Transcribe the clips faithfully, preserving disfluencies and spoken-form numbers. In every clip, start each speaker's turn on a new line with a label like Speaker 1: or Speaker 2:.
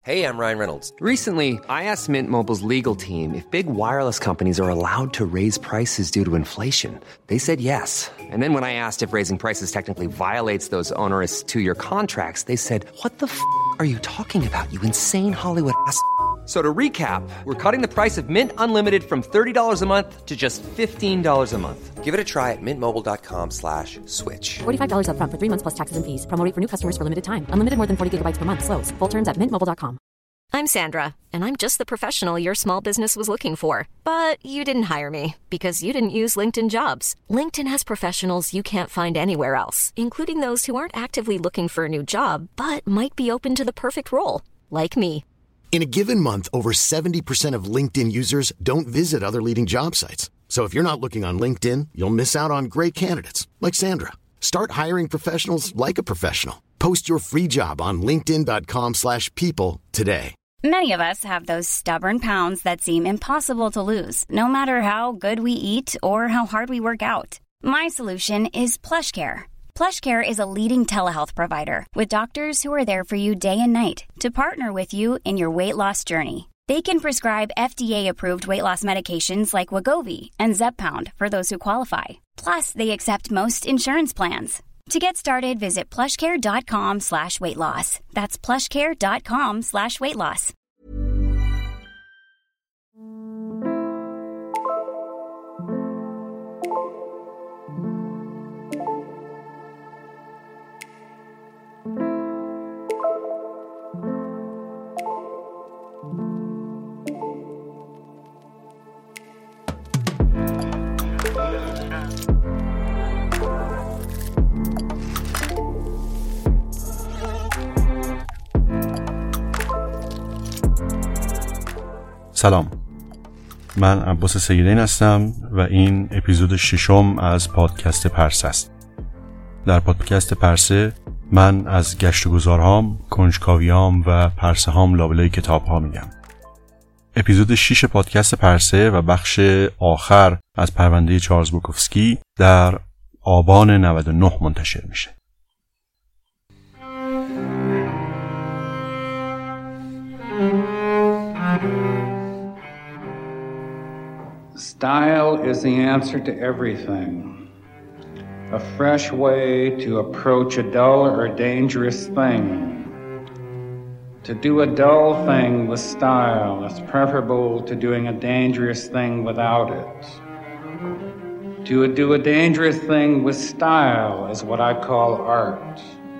Speaker 1: Hey, I'm Ryan Reynolds.
Speaker 2: Recently, I asked Mint Mobile's legal team if big wireless companies are allowed to raise prices due to inflation. They said yes. And then when I asked if raising prices technically violates those onerous two-year contracts, they said, "What the f*** are you talking about, you insane Hollywood ass?" So to recap, we're cutting the price of Mint Unlimited from thirty dollars a month to just fifteen dollars a month.
Speaker 1: Give it a try at mintmobile.com slash switch.
Speaker 3: forty-five dollars up front for three months plus taxes and fees. Promo rate for new customers for limited time. Unlimited more than forty gigabytes per month. Slows full terms at mint mobile dot com.
Speaker 4: I'm Sandra, and I'm just the professional your small business was looking for. But you didn't hire me because you didn't use LinkedIn Jobs. LinkedIn has professionals you can't find anywhere else, including those who aren't actively looking for a new job, but might be open to the perfect role, like me.
Speaker 5: In a given month, over seventy percent of LinkedIn users don't visit other leading job sites. So if you're not looking on LinkedIn, you'll miss out on great candidates like Sandra. Start hiring professionals like a professional. Post your free job on linkedin.com slash people today.
Speaker 6: Many of us have those stubborn pounds that seem impossible to lose, no matter how good we eat or how hard we work out. My solution is PlushCare. PlushCare is a leading telehealth provider with doctors who are there for you day and night to partner with you in your weight loss journey. They can prescribe F D A-approved weight loss medications like Wegovy and Zepbound for those who qualify. Plus, they accept most insurance plans. To get started, visit plushcare.com slash weight loss. That's plushcare.com slash weight loss.
Speaker 7: سلام، من عباس سیدین هستم و این اپیزود ششم از پادکست پرسه است. در پادکست پرسه من از گشت و گذارهام، کنجکاویام و پرسه هام لابلای کتاب ها میگم. اپیزود شش پادکست پرسه و بخش آخر از پرونده چارلز بوکوفسکی در آبان نود و نه منتشر میشه.
Speaker 8: Style is the answer to everything. A fresh way to approach a dull or dangerous thing. To do a dull thing with style is preferable to doing a dangerous thing without it. To do a dangerous thing with style is what I call art.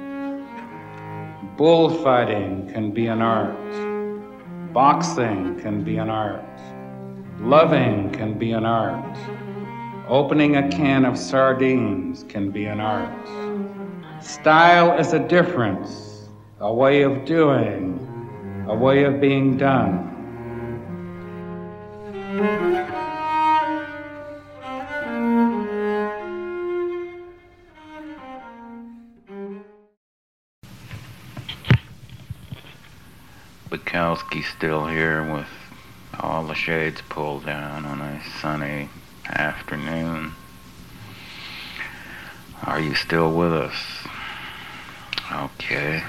Speaker 8: Bullfighting can be an art. Boxing can be an art. Loving can be an art. Opening a can of sardines can be an art. Style is a difference, a way of doing, a way of being done.
Speaker 9: Bukowski's still here with all the shades pulled down on a sunny afternoon. Are you still with us? Okay.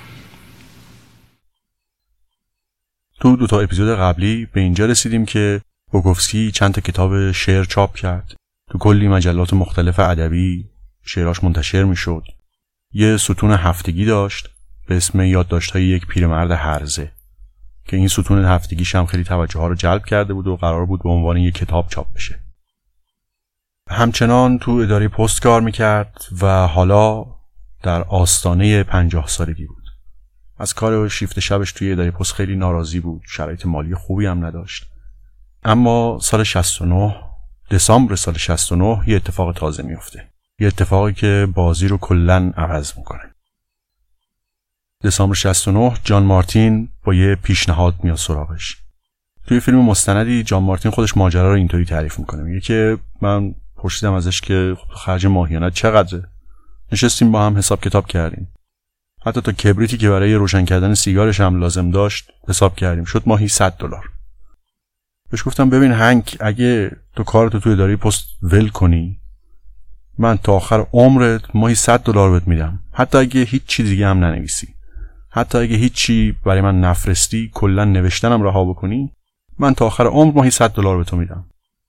Speaker 7: تو دو تا اپیزود قبلی به اینجا رسیدیم که بوکوفسکی چند تا کتاب شعر چاپ کرد. تو کلی مجلات مختلف ادبی شعراش منتشر میشد. یه ستون هفتگی داشت به اسم یادداشت‌های یک پیرمرد هرزه که این ستون هفتگیش هم خیلی توجه ها رو جلب کرده بود و قرار بود به عنوان یک کتاب چاپ بشه. همچنان تو اداره پست کار میکرد و حالا در آستانه پنجاه سالگی بود. از کار شیفت شبش توی اداره پست خیلی ناراضی بود. شرایط مالی خوبی هم نداشت. اما سال شصت و نه، دسامبر سال شصت و نه یه اتفاق تازه میفته. یه اتفاقی که بازی رو کلاً عوض میکنه. دسامبر شصت و نه جان مارتین با یه پیشنهاد میاد سراغش. توی فیلم مستندی جان مارتین خودش ماجرا رو اینطوری تعریف میکنه. میگه که من پرسیدم ازش که خرج ماهیانه چقدره؟ نشستیم با هم حساب کتاب کردیم. حتی تا کبریتی که برای روشن کردن سیگارش هم لازم داشت حساب کردیم. شد ماهی صد دلار. بهش گفتم ببین هنگ، اگه تو کارتو توی اداره پست ول کنی، من تا آخر عمرت ماهی صد دلار بهت میدم، حتی اگه هیچ چیز دیگه هم ننویسی. حتی اگه هیچی برای من نفرستی، کلا نوشتنم رها بکنی، من تا آخر عمر ماهی صد دلار به تو میدم.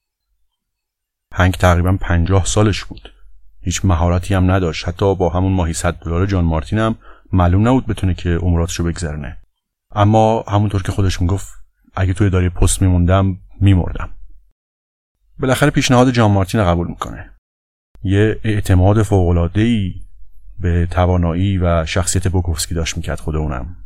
Speaker 7: هنگ تقریبا پنجاه سالش بود. هیچ مهارتی هم نداشت. حتی با همون ماهی صد دلار جان مارتین هم معلوم نبود بتونه که عمراتشو بگذرونه. اما همونطور که خودش میگفت اگه توی اداره پست میموندم میمردم. بالاخره پیشنهاد جان مارتین رو قبول میکنه. یه اعتماد فوق‌العاده‌ای به توانایی و شخصیت بوکوفسکی داشت میکرد خود اونم.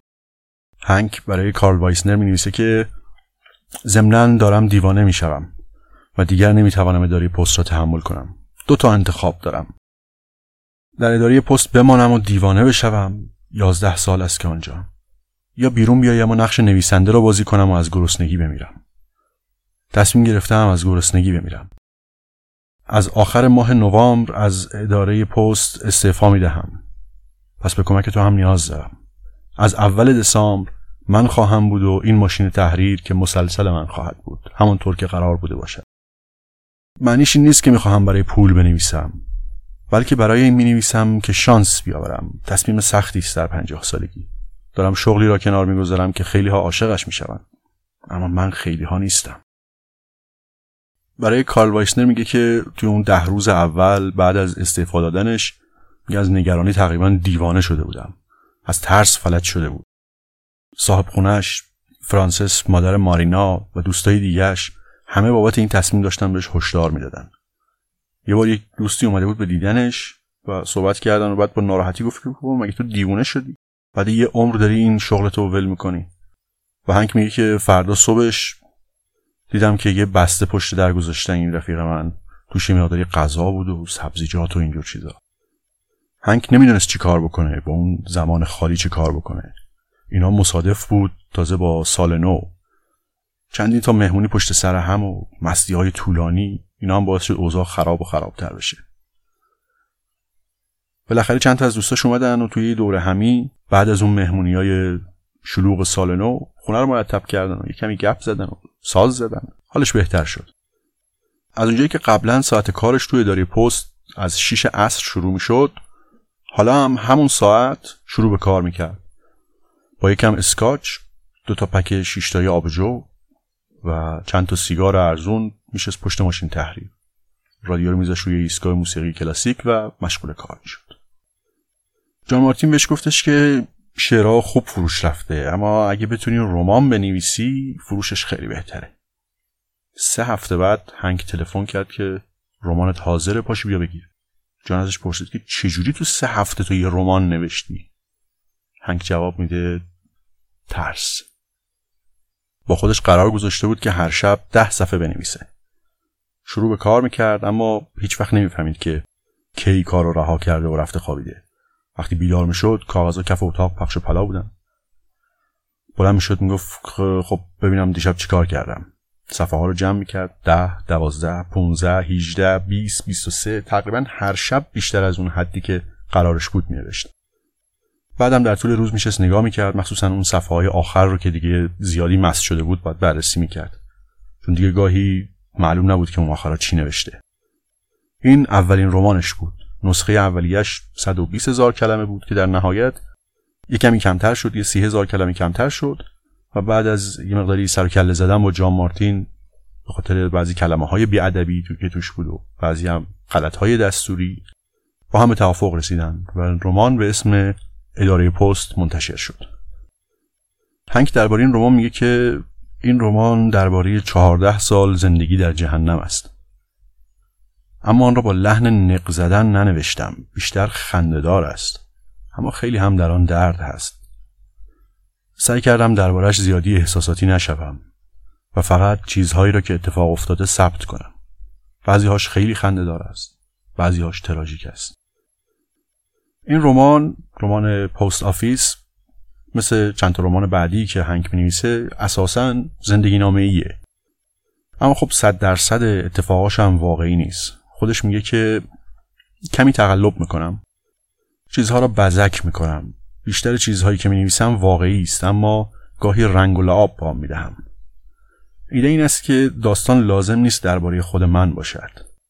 Speaker 7: هنگ برای کارل وایسنر مینویسه که ضمناً دارم دیوانه میشوم و دیگر نمیتوانم اداره پست را تحمل کنم. دو تا انتخاب دارم. در اداره پست بمانم و دیوانه بشوم، یازده سال است که آنجا، یا بیرون بیایم و نقش نویسنده را بازی کنم و از گرسنگی بمیرم. تصمیم گرفتم از گرسنگی بمیرم. از آخر ماه نوامبر از اداره پست استعفا میدهم. پس به کمک تو هم نیاز دارم. از اول دسامبر من خواهم بود و این ماشین تحریر که مسلسل من خواهد بود، همونطور که قرار بوده باشد. معنیش این نیست که میخواهم برای پول بنویسم، بلکه برای این مینویسم که شانس بیاورم. تصمیم سختی است در پنجاه سالگی. دارم شغلی را کنار میگذارم که خیلی ها عاشقش میشوند، اما من خیلی ها نیستم. برای کارل وایسنر میگه که توی اون ده روز اول بعد از استعفا دادنش میگه از نگرانی تقریبا دیوانه شده بودم. از ترس فلج شده بود. صاحب خونه‌اش، فرانسس مادر مارینا و دوستای دیگه‌اش همه بابت این تصمیم داشتن بهش هشدار میدادن. یه بار یک دوستی اومده بود به دیدنش و صحبت کردن و بعد با ناراحتی گفت که مگه تو دیوونه شدی؟ بعد یه عمر داری این شغلتو ول میکنی. و هنگ میگه که فردا صبحش دیدم که یه بسته پشت در گذاشتن این رفیق من، توش یه مقداری غذا بود و سبزیجات و اینجور چیزا. هنگ نمیدونست چی کار بکنه، با اون زمان خالی چی کار بکنه. اینا مصادف بود تازه با سال نو. چندین تا مهمونی پشت سر هم و مستی‌های طولانی، اینا هم باعث شد اوضاع خراب و خرابتر بشه. بالاخره چند تا از دوستاش اومدن و توی دوره همی بعد از اون مهمونی‌های شلوغ سال نو خونه رو مرتب کردن و یه کمی گپ زدن و ساز زدن. حالش بهتر شد. از اونجایی که قبلا ساعت کارش توی اداره پست از شیش عصر شروع می‌شد، حالا هم همون ساعت شروع به کار می‌کرد. با یکم اسکاچ، دو تا پک شش تایی آبجو و چند تا سیگار ارزون میشست پشت ماشین تحریر. رادیو رو میذاشت روی ایستگاه موسیقی کلاسیک و مشغول کار میشد. جان مارتین بهش گفتش که شعرها خوب فروش رفته، اما اگه بتونی رمان بنویسی فروشش خیلی بهتره. سه هفته بعد هنگ تلفن کرد که رمانت حاضره، پاشو بیا بگیر. جان ازش پرسید که چجوری تو سه هفته تو یه رمان نوشتی؟ هنگ جواب میده ترس. با خودش قرار گذاشته بود که هر شب ده صفحه بنویسه. شروع به کار میکرد اما هیچ وقت نمیفهمید که کی کار رو رها کرده و رفته خوابیده. وقتی بیدار میشد کاغذها کف اتاق پخش و پلا بودن. بلند میشد میگفت خب ببینم دیشب چی کار کردم. صفحه ها رو جمع میکرد. ده، دوازده، پونزده، هیجده، بیست، بیست و سه. تقریبا هر شب بیشتر از اون حدی که قرارش بود مینوشت. بعدم در طول روز میشست نگاه میکرد، مخصوصا اون صفحه های آخر رو که دیگه زیادی مست شده بود باید بررسی میکرد، چون دیگه گاهی معلوم نبود که اون آخرها چی نوشته. این اولین رمانش بود. نسخه اولیش صد و بیست هزار کلمه بود که در نهایت یک کمی کمتر شد، یه سی هزار کلمه کمتر شد و بعد از یه مقداری سر و کله زدن با جان مارتین به خاطر بعضی کلمه های بی‌ادبی که توش بود و بعضی هم غلط های دستوری با هم به توافق رسیدن و رمان به اسم اداره پست منتشر شد. هنگ درباره این رمان میگه که این رمان درباره چهارده سال زندگی در جهنم است. اما آن را با لحن نق زدن ننوشتم، بیشتر خنده‌دار است، اما خیلی هم در آن درد هست. سعی کردم درباره‌اش زیادی احساساتی نشوم و فقط چیزهایی را که اتفاق افتاده ثبت کنم. بعضی‌هاش خیلی خنده‌دار است، بعضی‌هاش تراژیک است. این رمان، رمان پست آفیس، مثل چند تا رمان بعدی که هنگ می‌نویسه اساساً زندگی نامه‌ایه. اما خب صد درصد اتفاقاش هم واقعی نیست. خودش میگه که کمی تقلب میکنم، چیزها را بزک میکنم. بیشتر چیزهایی که می‌نویسم واقعی است، اما گاهی رنگ و لعاب بام میدهم. ایده این است که داستان لازم نیست درباره خود من باشد.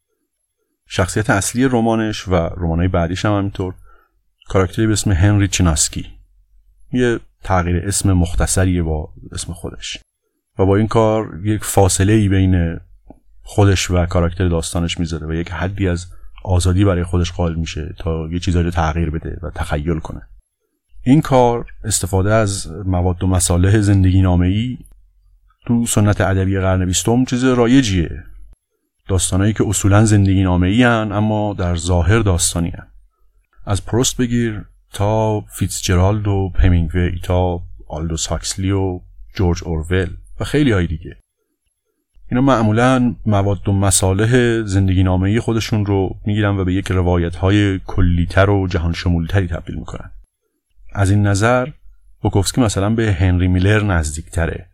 Speaker 7: شخصیت اصلی رمانش و رمان‌های بعدیش هم همینطور کاراکتری به اسم هنری چیناسکی. یه تغییر اسم مختصریه با اسم خودش و با این کار یک فاصله ای بین خودش و کاراکتر داستانش میذاره و یک حدی از آزادی برای خودش قائل میشه تا یه چیزایی رو تغییر بده و تخیل کنه. این کار استفاده از مواد و مصالح زندگی نامه‌ای تو سنت ادبی قرن بیستم چیز رایجیه. داستانایی که اصولاً زندگی نامه‌ای هن اما در ظاهر داستانی هن. از پروست بگیر تا فیتزجرالد و همینگوی تا آلدوس هاکسلی و جورج اورول و خیلی های دیگه. اینا معمولاً مواد و مصالح زندگی نامه‌ای خودشون رو میگیرن و به یک روایت‌های کلی‌تر و جهان شمول‌تری تبدیل میکنن. از این نظر بوکوفسکی مثلا به هنری میلر نزدیک‌تره.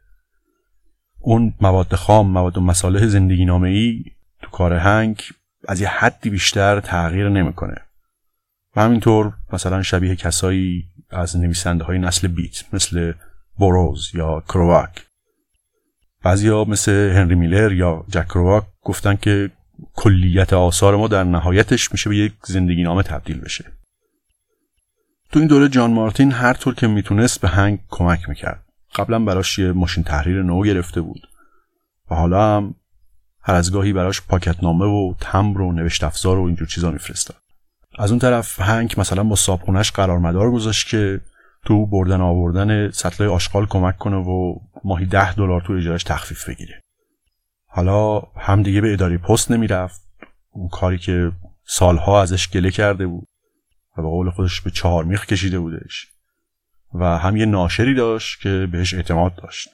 Speaker 7: اون مواد خام، مواد و مصالح زندگی نامه‌ای تو کار هنگ از یه حدی بیشتر تغییر نمیکنه. و همینطور مثلا شبیه کسایی از نویسنده‌های نسل بیت مثل بوروز یا کرواک. بعضیا مثل هنری میلر یا جک کرواک گفتن که کلیت آثار ما در نهایتش میشه به یک زندگی نامه تبدیل بشه. تو این دوره جان مارتین هر طور که میتونست به هنگ کمک میکرد. قبلا براش یه ماشین تحریر نو گرفته بود و حالا هم هر از گاهی براش پاکت نامه و تمبر و نوشت افزار و اینجور چیزا میفرستاد. از اون طرف هنگ مثلا با صابخونه‌اش قرارمدار گذاشت که تو بردن آوردن سطلای آشغال کمک کنه و ماهی ده دلار تو اجارش تخفیف بگیره. حالا هم دیگه به اداره پست نمیرفت، اون کاری که سالها ازش گله کرده بود و به قول خودش به چهار میخ کشیده بودش، و هم یه ناشری داشت که بهش اعتماد داشت.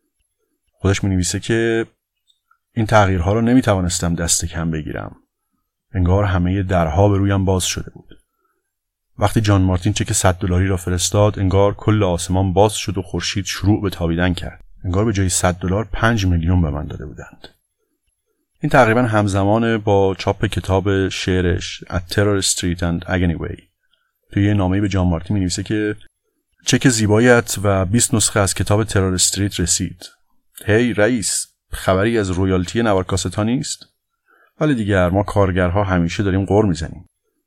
Speaker 7: خودش می‌نویسه که این تغییرها رو نمیتوانستم دست کم بگیرم. انگار همه درها به رویم باز شده بود. وقتی جان مارتین چک صد دلاری را فرستاد، انگار کل آسمان باز شد و خورشید شروع به تابیدن کرد. انگار به جای صد دلار پنج میلیون به من داده بودند. این تقریبا همزمان با چاپ کتاب شعرش At Terror Street and Agony Way. توی یه نامه‌ای به جان مارتین می‌نویسه که چک زیبایت و بیست نسخه از کتاب ترور استریت رسید. هی رئیس، خبری از رویالتی نوارکاستا نیست؟ ولی دیگر ما کارگرها همیشه داریم غر میزنیم.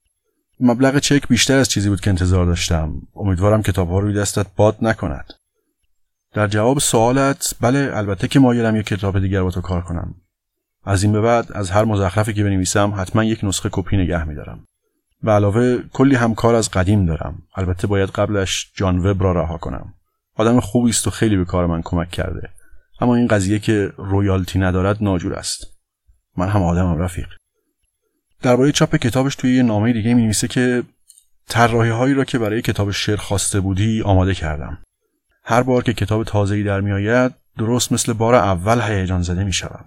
Speaker 7: مبلغ چک بیشتر از چیزی بود که انتظار داشتم. امیدوارم کتاب‌ها روی دستت باد نکند. در جواب سوالت، بله البته که مایلم یک کتاب دیگر با تو کار کنم. از این به بعد از هر مزخرفی که بنویسم حتما یک نسخه کپی نگه می‌دارم. به علاوه کلی همکار از قدیم دارم. البته باید قبلش جان وب را رها کنم. آدم خوبی است و خیلی به کار من کمک کرده. اما این قضیه که رویالتی ندارد ناجور است. من هم آدمم رفیق. درباره چاپ کتابش توی یه نامه دیگه می‌نویسه که طراحی‌هایی را که برای کتاب شعر خواسته بودی آماده کردم. هر بار که کتاب تازه‌ای در میآید درست مثل بار اول هیجان زده می‌شوم.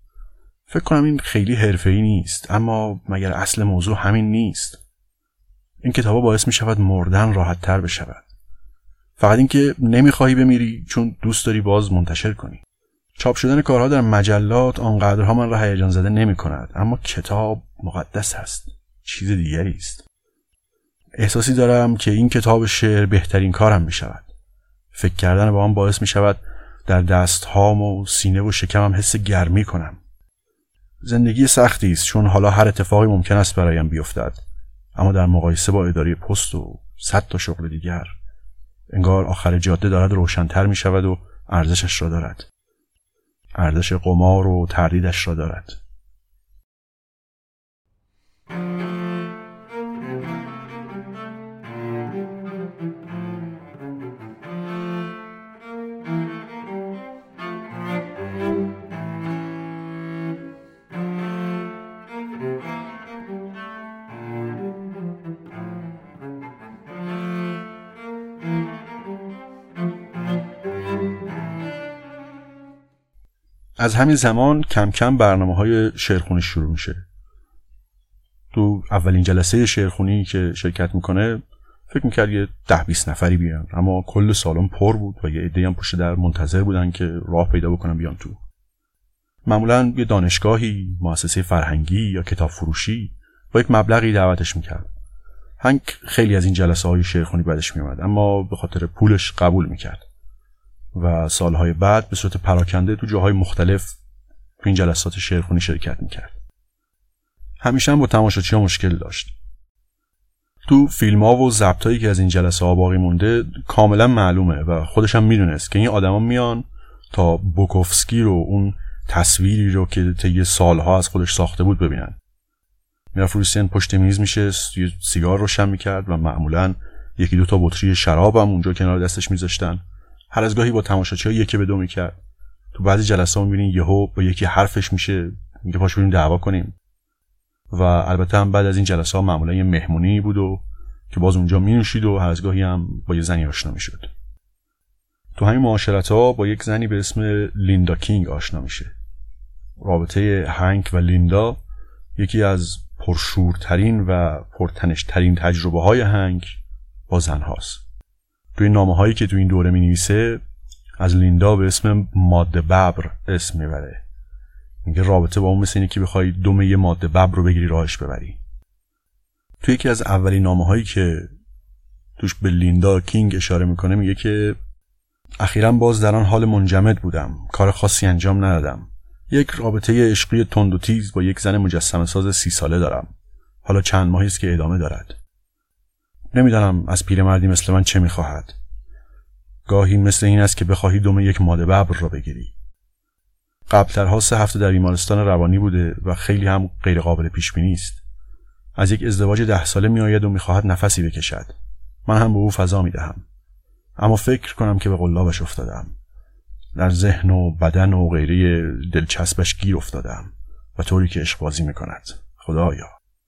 Speaker 7: فکر کنم این خیلی حرفه‌ای نیست، اما مگر اصل موضوع همین نیست؟ این کتابا باعث می‌شود مردن راحت‌تر بشود. فقط اینکه نمی‌خواهی بمیری چون دوست داری باز منتشر کنی. چاپ شدن کارها در مجلات آنقدرها من را هیجان زده نمی‌کند، اما کتاب مقدس است، چیز دیگری است. احساسی دارم که این کتاب شعر بهترین کارم می‌شود. فکر کردن با آن باعث می‌شود در دست‌هام و سینه و شکمم حس گرمی کنم. زندگی سختی است چون حالا هر اتفاقی ممکن است برایم بیفتد، اما در مقایسه با اداره پست و صد تا شغل دیگر انگار آخر جاده دارد روشن‌تر می‌شود و ارزشش را دارد. ارزش قمار و تردیدش را دارد. از همین زمان کم کم برنامه‌های شعرخوانی شروع میشه. تو اولین جلسه شعرخوانی که شرکت میکنه فکر میکرد یه ده بیست نفری بیان، اما کل سالن پر بود و یه عده‌ای هم پشت در منتظر بودن که راه پیدا بکنن بیان تو. معمولاً یه دانشگاهی، مؤسسه فرهنگی یا کتاب فروشی با یک مبلغی دعوتش میکرد. هنگ خیلی از این جلسه‌های شعرخوانی بعدش میومد، اما به خاطر پولش قبول میکرد و سالهای بعد به صورت پراکنده تو جاهای مختلف تو این جلسات شعرخوانی شرکت میکرد. همیشه هم با تماشاچی‌ها مشکل داشت. تو فیلم ها و ضبط هایی که از این جلسه ها باقی مونده کاملا معلومه و خودش هم میدونست که این آدما میان تا بوکوفسکی رو، اون تصویری رو که طی سالها از خودش ساخته بود، ببینن. میرفت روی سن پشت میز میشست، یه سیگار روشن میکرد و معمولا یکی دو تا بطری شراب هم اونجا کنار دستش میذاشتن. هر از گاهی با تماشاچی‌ها یکی به دو میکرد. تو بعضی جلسه ها میبینین یهو با یکی حرفش میشه، میگه پاش بریم دعوا کنیم. و البته هم بعد از این جلسه ها معمولا یه مهمونی بود و که باز اونجا مینوشید و هر از گاهی هم با یه زنی آشنا میشد. تو همین معاشرت‌ها با یک زنی به اسم لیندا کینگ آشنا میشه. رابطه هنگ و لیندا یکی از پرشورترین و پرتنشترین تجربه های هنگ با زن هاست. توی نامه هایی که تو این دوره می نویسه از لیندا به اسم ماده ببر اسم میبره. میگه رابطه با اون مثل اینه که بخوای دم یه ماده ببر رو بگیری راهش ببری. توی یکی از اولین نامه هایی که توش به لیندا کینگ اشاره میکنه میگه که اخیراً باز در آن حال منجمد بودم، کار خاصی انجام ندادم. یک رابطه عشقی تند و تیز با یک زن مجسمه ساز سی ساله دارم. حالا چند ماهی است که ادامه دارد. نمیدانم از پیرمردی مثل من چه میخواهد. گاهی مثل این است که بخواهی دم یک ماده ببر را بگیری. قبلترها سه هفته در بیمارستان روانی بوده و خیلی هم غیر قابل پیش بینی است. از یک ازدواج ده ساله میآید و میخواهد نفسی بکشد. من هم به او فضا میدهم. اما فکر کنم که به قلابش افتادم. در ذهن و بدن و غیره دلچسبش گیر افتادم و طوری که عشق بازی میکند. خدایا.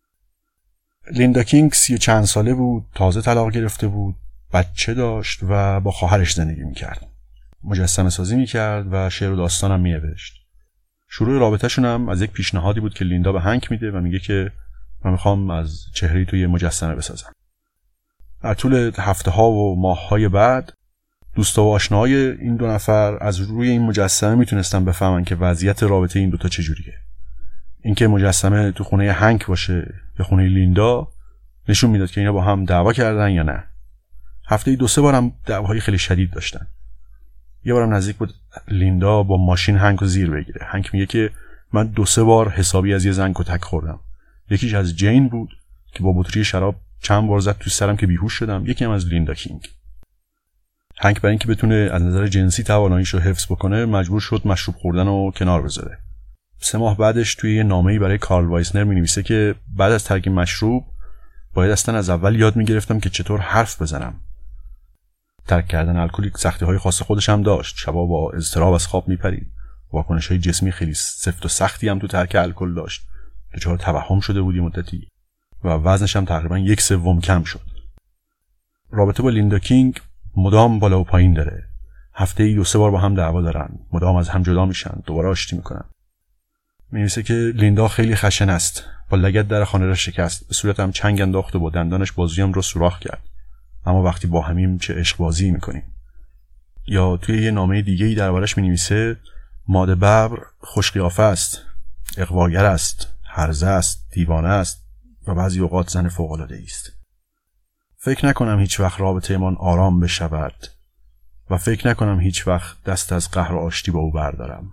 Speaker 7: لیندا کینگ سی و چند ساله بود، تازه طلاق گرفته بود، بچه داشت و با خواهرش زندگی میکرد. مجسمه سازی میکرد و شعر و داستان هم مینوشت. شروع رابطه‌شون هم از یک پیشنهادی بود که لیندا به هنگ میده و میگه که من میخوام از چهره‌ای توی مجسمه بسازم. در طول هفته ها و ماه های بعد دوستا و آشناهای این دو نفر از روی این مجسمه میتونستن بفهمن که وضعیت رابطه این دوتا چجوریه. اینکه مجسمه تو خونه هنگ باشه یا خونه لیندا نشون میداد که اینا با هم دعوا کردن یا نه. هفته دو سه بارم دعواهای خیلی شدید داشتن. یه بارم نزدیک بود لیندا با ماشین هنگ رو زیر بگیره. هنگ میگه که من دو سه بار حسابی از یه زن کتک خوردم. یکیش از جین بود که با بطری شراب چند بار زد تو سرم که بیهوش شدم. یکی هم از لیندا کینگ. هنگ برای اینکه بتونه از نظر جنسی تواناییش رو حفظ بکنه مجبور شد مشروب خوردن رو کنار بذاره. سه ماه بعدش توی یه نامه‌ای برای کارل وایسنر می‌نویسه که بعد از ترک مشروب باید اصلا از اول یاد می‌گرفتم که چطور حرف بزنم. ترک کردن الکل سختی‌های خاص خودش هم داشت. شبا با اضطراب از خواب میپرید. واکنش‌های جسمی خیلی سفت و سختی هم تو ترک الکل داشت. دچار توهم شده بود مدتی و وزنش هم تقریبا یک سوم کم شد. رابطه با لیندا کینگ مدام بالا و پایین داره. هفته‌ای دو سه بار با هم دعوا دارن. مدام از هم جدا میشن، دوباره آشتی میکنن. می‌نویسه که لیندا خیلی خشن است. با لگد در خانه را شکست. به صورتم چنگ انداخت و با دندانش بازویم رو سوراخ کرد. اما وقتی با همیم چه عشق بازی میکنیم. یا توی یه نامه دیگه‌ای دربارش می‌نویسه ماده ببر خوش قیافه است، اغواگر است، هرزه است، دیوانه است و بعضی اوقات زن فوق‌العاده‌ای است. فکر نکنم هیچ وقت رابطه‌مان آرام بشود و فکر نکنم هیچ وقت دست از قهر و آشتی با او بردارم.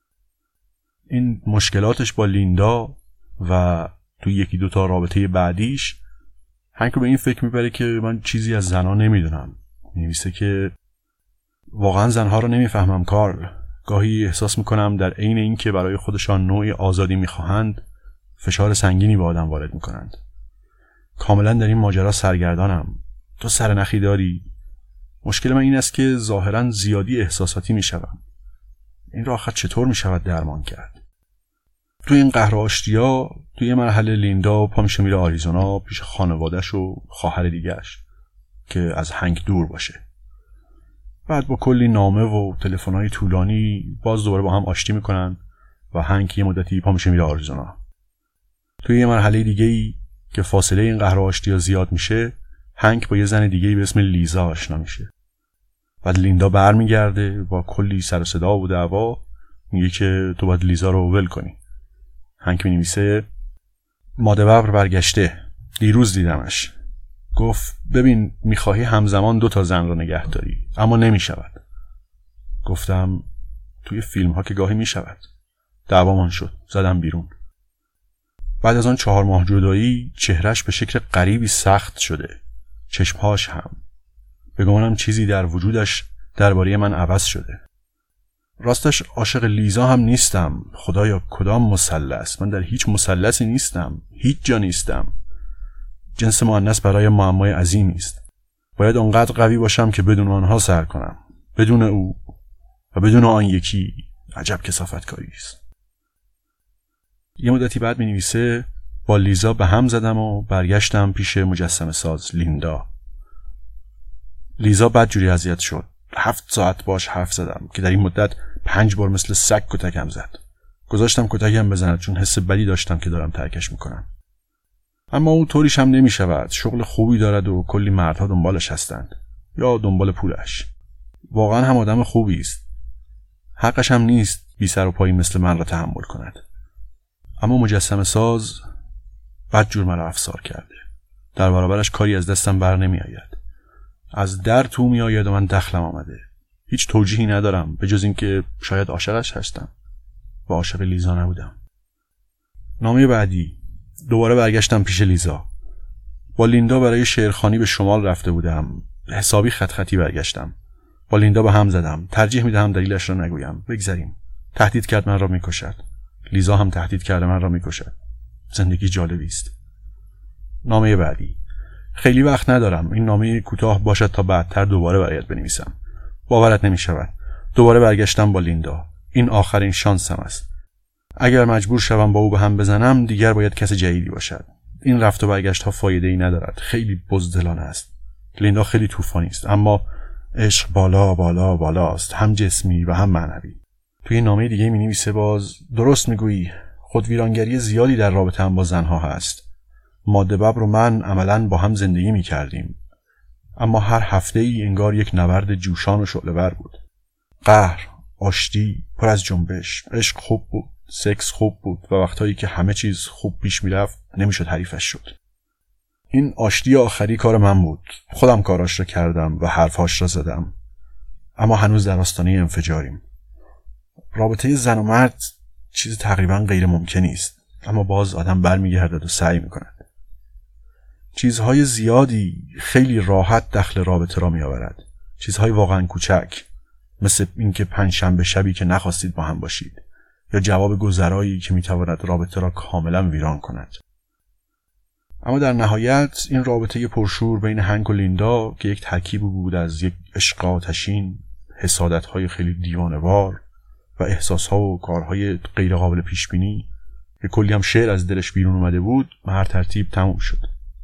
Speaker 7: این مشکلاتش با لیندا و تو یکی دو تا رابطه بعدیش هنگ رو به این فکر میبره که من چیزی از زنها نمیدونم. می‌نویسه که واقعا زنها رو نمیفهمم کارل. گاهی احساس میکنم در عین این که برای خودشان نوعی آزادی میخواهند فشار سنگینی به آدم وارد میکنند. کاملا در این ماجرا سرگردانم. تو سرنخی داری؟ مشکل من این است که ظاهرا زیادی احساساتی میشوم. این را آخر چطور میشود درمان کرد؟ توی این قهر و آشتیا توی مرحله لیندا پا میشه میره آریزونا پیش خانواده‌اش و خواهر دیگه‌اش که از هنگ دور باشه. بعد با کلی نامه و تلفن‌های طولانی باز دوباره با هم آشتی میکنن و هنگ یه مدتی پا میشه میره آریزونا. توی یه مرحله دیگه‌ای که فاصله این قهر و آشتیا زیاد میشه هنگ با یه زن دیگه‌ای به اسم لیزا آشنا میشه. بعد لیندا برمیگرده با کلی سر و صدا و دعوا میگه که تو باید لیزا رو ول کنی. هنگ می‌نویسه ماده ببر برگشته. دیروز دیدمش. گفت ببین میخواهی همزمان دو تا زن رو نگه داری اما نمیشود. گفتم توی فیلم ها که گاهی میشود. دعوامان شد. زدم بیرون. بعد از آن چهار ماه جدایی چهرش به شکل غریبی سخت شده، چشمهاش هم. به گمانم چیزی در وجودش درباره من عوض شده. راستش عاشق لیزا هم نیستم. خدایا کدام مثلث؟ من در هیچ مثلثی نیستم، هیچ جا نیستم. جنس مؤنث برای معمای عظیمی است. باید اونقدر قوی باشم که بدون آنها سر کنم، بدون او و بدون آن یکی. عجب کثافتکاری است. یه مدتی بعد می نویسه با لیزا به هم زدم و برگشتم پیش مجسمه ساز لیندا. لیزا بدجوری اذیت شد. هفت ساعت باش حرف زدم که در این مدت پنج بار مثل سگ کتکم زد. گذاشتم کتکم بزند چون حس بدی داشتم که دارم ترکش میکنم. اما او طوریش هم نمی شود. شغل خوبی دارد و کلی مردها دنبالش هستند یا دنبال پولش. واقعا هم آدم خوبی است. حقش هم نیست بی سر و پایی مثل من را تحمل کند. اما مجسمه ساز بدجور مرا افسار کرده. در برابرش کاری از دستم بر نمی آید. از در تو می آید و من دخلم آمده. هیچ توجیهی ندارم به جز این که شاید عاشقش هستم و عاشق لیزا نبودم. نامه بعدی. دوباره برگشتم پیش لیزا. با لیندا برای شعرخوانی به شمال رفته بودم. حسابی خط خطی برگشتم. با لیندا به هم زدم. ترجیح می دهم دلیلش را نگویم. بگذریم. تهدید کرد من را می کشد. لیزا هم تهدید کرده من را می کشد. زندگی جالبی است. نامه بعدی. خیلی وقت ندارم. این نامه کوتاه باشد تا بعدتر دوباره برایت بنویسم. باورت نمی شود. دوباره برگشتم با لیندا. این آخرین شانسم است. اگر مجبور شوم با او به هم بزنم دیگر باید کس جدیدی باشد. این رفت و برگشت ها فایده ای ندارد. خیلی بزدلانه است. لیندا خیلی طوفانی است اما عشق بالا بالا بالا است، هم جسمی و هم معنوی. توی نامه دیگه می نویسه باز درست میگویی. خود ویرانگری زیادی در رابطه هم با زنها هست. ماده ببر و من عملاً با هم زندگی می کردیم. اما هر هفته ای انگار یک نبرد جوشان و شعله‌ور بود. قهر، آشتی، پر از جنبش. عشق خوب بود، سکس خوب بود و وقتایی که همه چیز خوب پیش می رفت نمی شد حریفش شد. این آشتی آخری کار من بود. خودم کاراش را کردم و حرفاش را زدم. اما هنوز در آستانه انفجاریم. رابطه زن و مرد چیز تقریبا غیر ممکنی است. اما باز آدم برمیگردد و سعی میکند. چیزهای زیادی خیلی راحت دخل رابطه را میآورد. چیزهای واقعا کوچک، مثل اینکه پنجشنبه شبی که نخواستید با هم باشید یا جواب گذرایی که میتواند رابطه را کاملا ویران کند. اما در نهایت این رابطه پرشور بین هنگ و لیندا که یک ترکیب بود از یک عشق آتشین، حسادت‌های خیلی دیوانه‌وار و احساس‌ها و کارهای غیر قابل پیش بینی که کلی هم شعر از دلش بیرون اومده بود، به هر ترتیب تموم شد.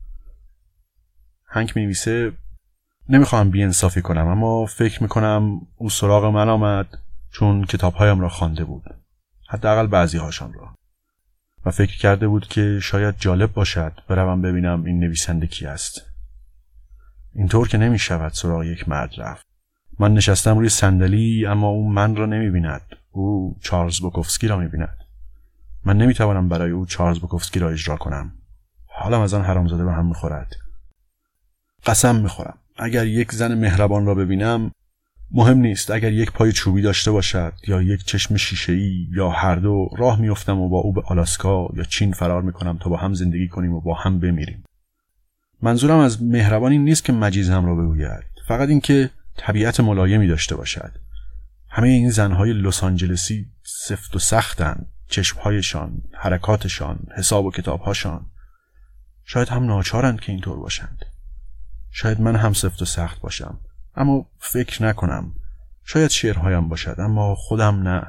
Speaker 7: هنگ می‌نویسه نمیخوام بی‌انصافی کنم اما فکر میکنم او سراغ من آمد چون کتابهایم را خوانده بود، حداقل بعضی هاشان را، و فکر کرده بود که شاید جالب باشد بروم ببینم این نویسنده کی است. اینطور که نمی شود سراغ یک مرد رفت. من نشستم روی صندلی اما او من را نمی بیند. او چارلز بوکوفسکی را می بیند. من نمی توانم برای او چارلز بوکوفسکی را اجرا کنم. حالم از آن حرامزاده به هم می خورد. قسم می خورم اگر یک زن مهربان را ببینم، مهم نیست اگر یک پای چوبی داشته باشد یا یک چشم شیشه‌ای یا هر دو، راه میافتم و با او به آلاسکا یا چین فرار میکنم تا با هم زندگی کنیم و با هم بمیریم. منظورم از مهربانی نیست که مجیزم را بگوید، فقط این که طبیعت ملایمی داشته باشد. همه این زنهای لس آنجلسی سفت و سختند، چشمهایشان، حرکاتشان، حساب و کتابهاشان. شاید هم ناچارند که اینطور باشند. شاید من هم سفت و سخت باشم، اما فکر نکنم. شاید شعرهایم باشد اما خودم نه.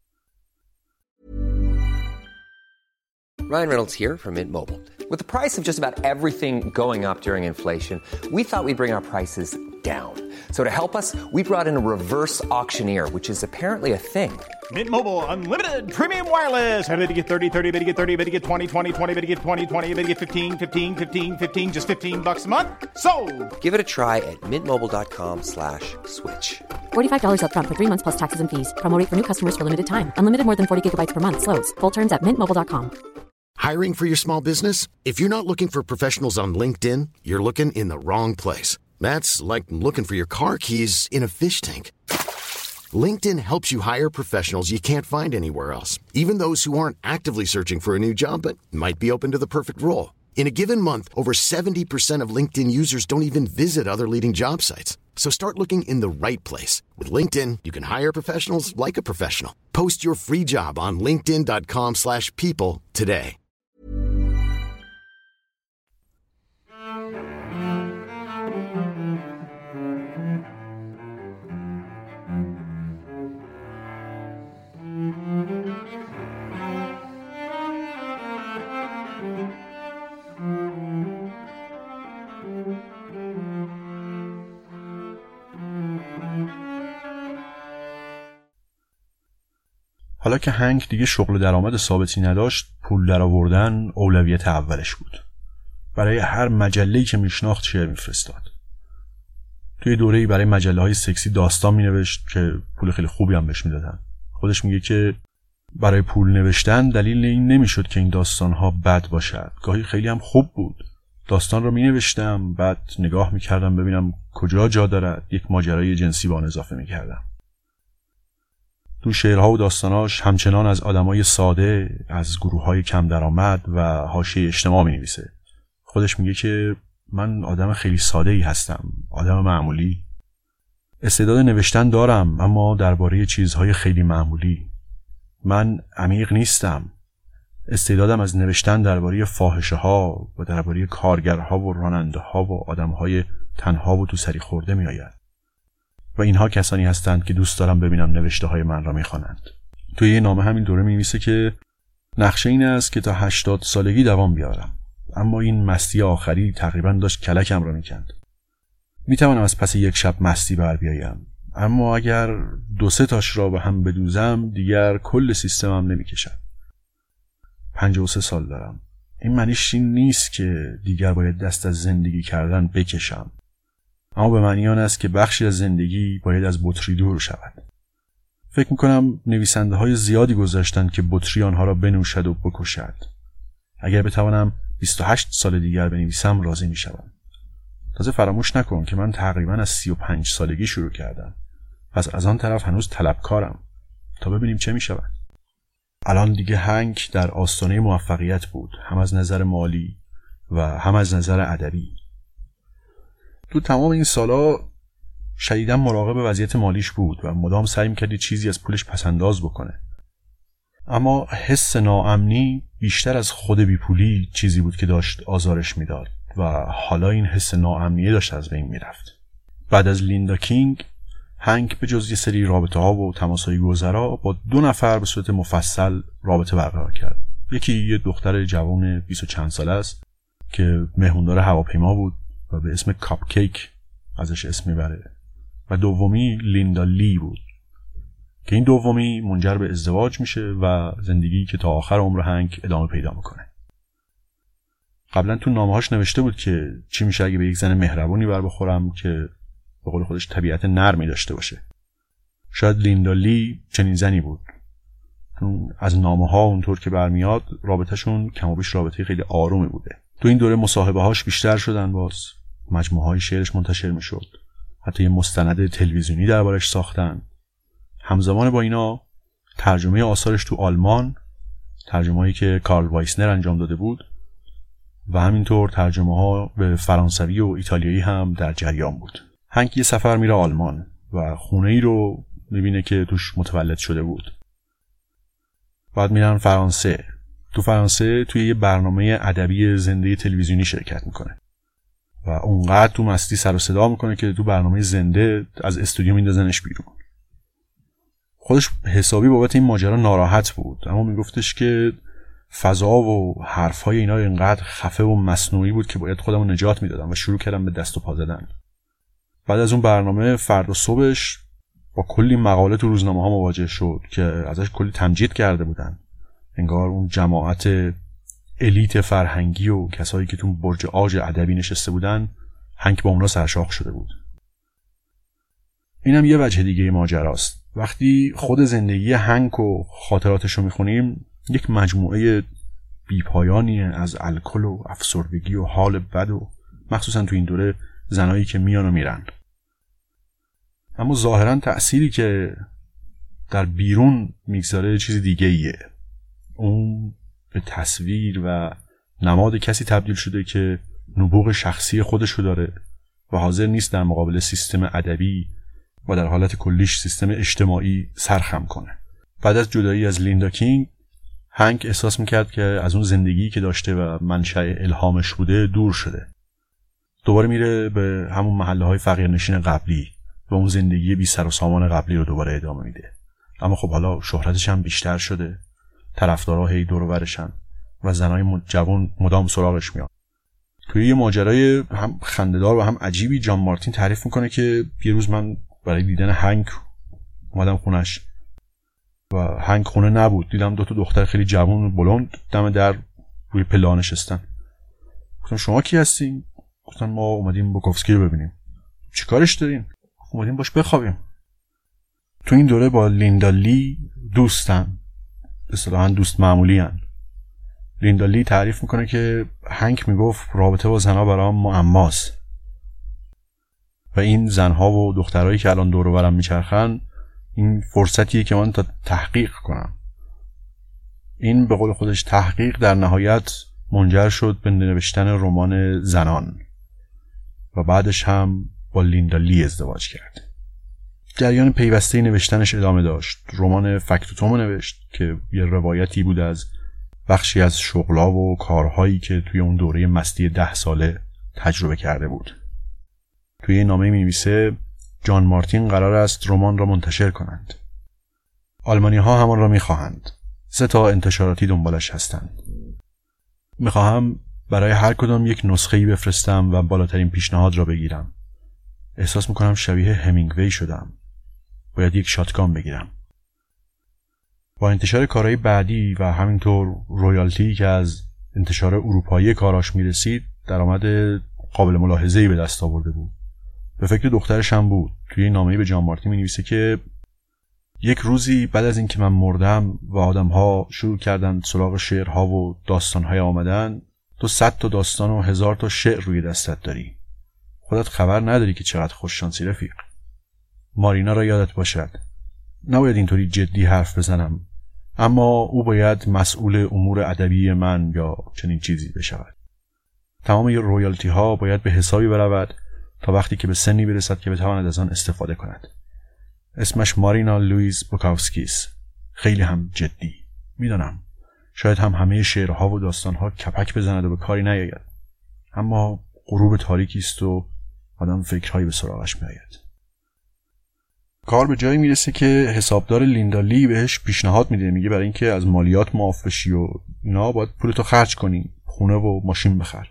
Speaker 1: Ryan Reynolds here from Mint Mobile. With the price of just about everything going up during inflation, we thought we'd bring our prices down. So to help us, we brought in a reverse auctioneer, which is apparently a thing.
Speaker 10: Mint Mobile Unlimited Premium Wireless. How to get thirty, thirty, how to get thirty, how to get twenty, twenty, twenty, how to get twenty, twenty, how to get fifteen, fifteen, fifteen, fifteen, just fifteen bucks a month? Sold!
Speaker 1: Give it a try at mintmobile.com slash switch.
Speaker 3: forty-five dollars up front for three months plus taxes and fees. Promo rate for new customers for limited time. Unlimited more than forty gigabytes per month. Slows full terms at mint mobile dot com.
Speaker 5: Hiring for your small business? If you're not looking for professionals on LinkedIn, you're looking in the wrong place. That's like looking for your car keys in a fish tank. LinkedIn helps you hire professionals you can't find anywhere else, even those who aren't actively searching for a new job but might be open to the perfect role. In a given month, over seventy percent of LinkedIn users don't even visit other leading job sites. So start looking in the right place. With LinkedIn, you can hire professionals like a professional. Post your free job on linkedin dot com slash people today.
Speaker 7: حالا که هنگ دیگه شغل و درآمد ثابتی نداشت، پول درآوردن اولویت اولش بود. برای هر مجله‌ای که میشناخت شعر میفرستاد. توی دوره‌ای برای مجله‌های سکسی داستان مینوشت که پول خیلی خوبی هم بهش میدادن. خودش میگه که برای پول نوشتن دلیل این نمیشد که این داستان‌ها بد باشد. گاهی خیلی هم خوب بود. داستان رو مینوشتم، بعد نگاه میکردم ببینم کجا جا دارد، یک ماجرای جنسی به آن اضافه میکردم. تو شعرها و داستاناش همچنان از آدمای ساده، از گروه‌های کم درآمد و حاشیه اجتماع می‌نویسه. خودش میگه که من آدم خیلی ساده‌ای هستم، آدم معمولی. استعداد نوشتن دارم اما درباره چیزهای خیلی معمولی. من عمیق نیستم. استعدادم از نوشتن درباره فاحشه‌ها و درباره کارگرها و راننده‌ها و آدم‌های تنها و تو سری خورده می‌آید. و اینها کسانی هستند که دوست دارم ببینم نوشته های من را میخوانند. توی یه نامه همین دوره می‌نویسه که نقشه این است که تا هشتاد سالگی دوام بیارم، اما این مستی آخری تقریبا داشت کلکم را میکند. میتوانم از پس یک شب مستی بر بیایم، اما اگر دو سه تاش را به هم بدوزم دیگر کل سیستمم نمیکشد. پنجاه و سه سال دارم. این معنیش این نیست که دیگر باید دست از زندگی کردن بکشم، اما به معنی آن است که بخشی از زندگی باید از بطری دور شود. فکر میکنم نویسنده های زیادی گذاشتند که بطری آنها را بنوشد و بکشد. اگر بتوانم بیست و هشت سال دیگر بنویسم راضی میشوم. تازه فراموش نکن که من تقریبا از سی و پنج سالگی شروع کردم. پس از آن طرف هنوز طلبکارم تا ببینیم چه میشود. الان دیگه هنگ در آستانه موفقیت بود، هم از نظر مالی و هم از نظر ادبی. تو تمام این سالا شدیداً مراقب وضعیت مالیش بود و مدام سعی می‌کرد چیزی از پولش پسنداز بکنه. اما حس ناامنی بیشتر از خود بیپولی چیزی بود که داشت آزارش میداد و حالا این حس ناامنیه داشت از بین میرفت. بعد از لیندا کینگ، هنگ به جز یه سری رابطه‌ها و تماس‌های گذرا با دو نفر به صورت مفصل رابطه برقرار کرد. یکی یه دختر جوان بیست و چند ساله است که مهموندار هواپیما بود و به اسم کاپکیک ازش اسم میبره، و دومی لیندا لی بود که این دومی منجر به ازدواج میشه و زندگی که تا آخر عمر هنگ ادامه پیدا میکنه. قبلا تو نامه‌هاش نوشته بود که چی میشه اگه به یک زن مهربونی بر بخورم که به قول خودش طبیعت نرمی داشته باشه. شاید لیندا لی چنین زنی بود. از نامه‌ها اونطور که برمیاد رابطه‌شون کم و بیش رابطه خیلی آرومی بوده. تو این دوره مصاحبه‌هاش بیشتر شدن، باز مجموعه‌های شعرش منتشر میشد. حتی یه مستند تلویزیونی دربارش ساختن. همزمان با اینا ترجمه آثارش تو آلمان، ترجمه‌ای که کارل وایسنر انجام داده بود، و همینطور ترجمه‌ها به فرانسوی و ایتالیایی هم در جریان بود. هنگ یه سفر میره آلمان و خونه‌ای رو میبینه که توش متولد شده بود. بعد میرن فرانسه. تو فرانسه توی یه برنامه ادبی زنده تلویزیونی شرکت میکنه و اونقدر تو مستی سر و صدا میکنه که تو برنامه زنده از استودیو میندازنش بیرون. خودش حسابی بابت این ماجرا ناراحت بود، اما میگفتش که فضا و حرفای اینا اینقدر خفه و مصنوعی بود که باید خودمو نجات میدادم و شروع کردم به دست و پا زدن. بعد از اون برنامه فردا صبحش با کلی مقاله تو روزنامه ها مواجه شد که ازش کلی تمجید کرده بودن. انگار اون جماعت الیت فرهنگی و کسایی که تو برج عاج ادبی نشسته بودن، هنگ با اونا سرشاخ شده بود. اینم یه وجه دیگه ماجراست. وقتی خود زندگی هنگ و خاطراتشو میخونیم، یک مجموعه بیپایانیه از الکل و افسردگی و حال بد، و مخصوصا تو این دوره زنایی که میان و میرن. اما ظاهرا تأثیری که در بیرون میگذاره چیز دیگه ایه. اون به تصویر و نماد کسی تبدیل شده که نبوغ شخصی خودشو داره و حاضر نیست در مقابل سیستم ادبی و در حالت کلیش سیستم اجتماعی سرخم کنه. بعد از جدایی از لیندا کینگ، هنگ احساس میکرد که از اون زندگی که داشته و منشأ الهامش بوده دور شده. دوباره میره به همون محله های فقیرنشین قبلی و اون زندگی بی سر و سامان قبلی رو دوباره ادامه میده. اما خب حالا شهرتش هم بیشتر شده، طرفدارا هی دور و برشن و زنای جوان مدام سراغش میاد. توی یه ماجرای هم خنده‌دار و هم عجیبی جان مارتین تعریف میکنه که یه روز من برای دیدن هنگ اومدم خونش و هنگ خونه نبود. دیدم دو تا دختر خیلی جوان و بلند دم در روی پله نشستن. گفتم شما کی هستین؟ گفتن ما اومدیم بوکوفسکی رو ببینیم. چیکارش دارین؟ اومدیم باش بخوابیم. تو این دوره با لیندا لی دوستن، اصطلاحاً دوست معمولی هن. لیندا لی تعریف میکنه که هنگ میگفت رابطه با زنها برام معماست و این زنها و دخترایی که الان دور و برم میچرخن این فرصتیه که من تا تحقیق کنم. این به قول خودش تحقیق در نهایت منجر شد به نوشتن رمان زنان و بعدش هم با لیندا لی ازدواج کرد. جریان پیوسته نوشتنش ادامه داشت. رمان فکتوتوم نوشت که یه روایتی بود از بخشی از شغلا و کارهایی که توی اون دوره مستی ده ساله تجربه کرده بود. توی این نامه می‌نویسه جان مارتین قرار است رمان را منتشر کنند. آلمانی ها همان را می‌خواهند. سه تا انتشاراتی دنبالش هستند. می‌خواهم برای هر کدام یک نسخه‌ای بفرستم و بالاترین پیشنهاد را بگیرم. احساس می‌کنم شبیه همینگوی شدم. باید یک شاتگان بگیرم. با انتشار کارهای بعدی و همینطور رویالتی که از انتشار اروپایی کاراش میرسید درآمد قابل ملاحظه‌ای به دست آورده بود. به فکر دخترش هم بود. توی این نامه‌ای به جان مارتین می‌نویسه که یک روزی بعد از اینکه من مردم و آدم‌ها شروع کردن سراغ شعرها و داستان‌های آمدن، تو صد تا داستان و هزار تا شعر روی دستت داری. خودت خبر نداری که چقدر خوششانسی رفیق. مارینا را یادت باشد. نباید اینطوری جدی حرف بزنم، اما او باید مسئول امور ادبی من یا چنین چیزی بشود. تمام ی رویالتی ها باید به حسابی برود تا وقتی که به سنی برسد که بتواند از آن استفاده کند. اسمش مارینا لویز بوکوفسکی است. خیلی هم جدی. میدانم شاید هم همه شعرها و داستانها کپک بزند و به کاری نیاید، اما غروب تاریکی است و آدم فکرهایی به سراغش میآید. کار به جایی میرسه که حسابدار لیندا لی بهش پیشنهاد میده، میگه برای اینکه از مالیات معاف بشی و اینا باید پولتو خرج کنی، خونه و ماشین بخر.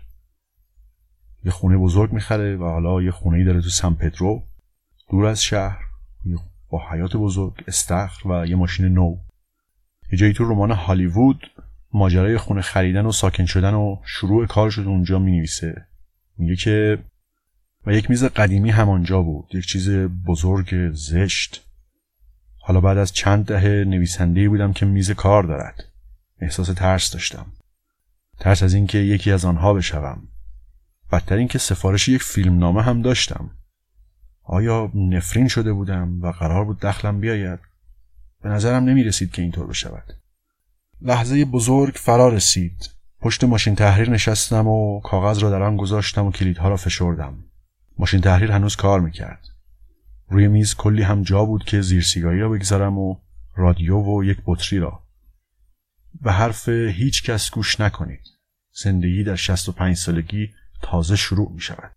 Speaker 7: یه خونه بزرگ میخره و حالا یه خونه‌ای داره تو سن پدرو دور از شهر با حیاط بزرگ، استخر و یه ماشین نو. یه جایی تو رمان هالیوود ماجرای خونه خریدن و ساکن شدن و شروع کارش رو اونجا مینویسه. میگه که و یک میز قدیمی همانجا بود، یک چیز بزرگ زشت. حالا بعد از چند دهه نویسنده‌ای بودم که میز کار دارد. احساس ترس داشتم. ترس از اینکه یکی از آنها بشوم. بدتر اینکه سفارش یک فیلمنامه هم داشتم. آیا نفرین شده بودم و قرار بود دخلم بیاید؟ به نظرم نمی رسید که اینطور بشود. لحظه بزرگ فرا رسید. پشت ماشین تحریر نشستم و کاغذ را در آن گذاشتم و کلیدها را فشردم. ماشین تحریر هنوز کار میکرد. روی میز کلی هم جا بود که زیر سیگاری را بگذارم و رادیو و یک بطری را. به حرف هیچ کس گوش نکنید. زندگی در شصت و پنج سالگی تازه شروع می شود.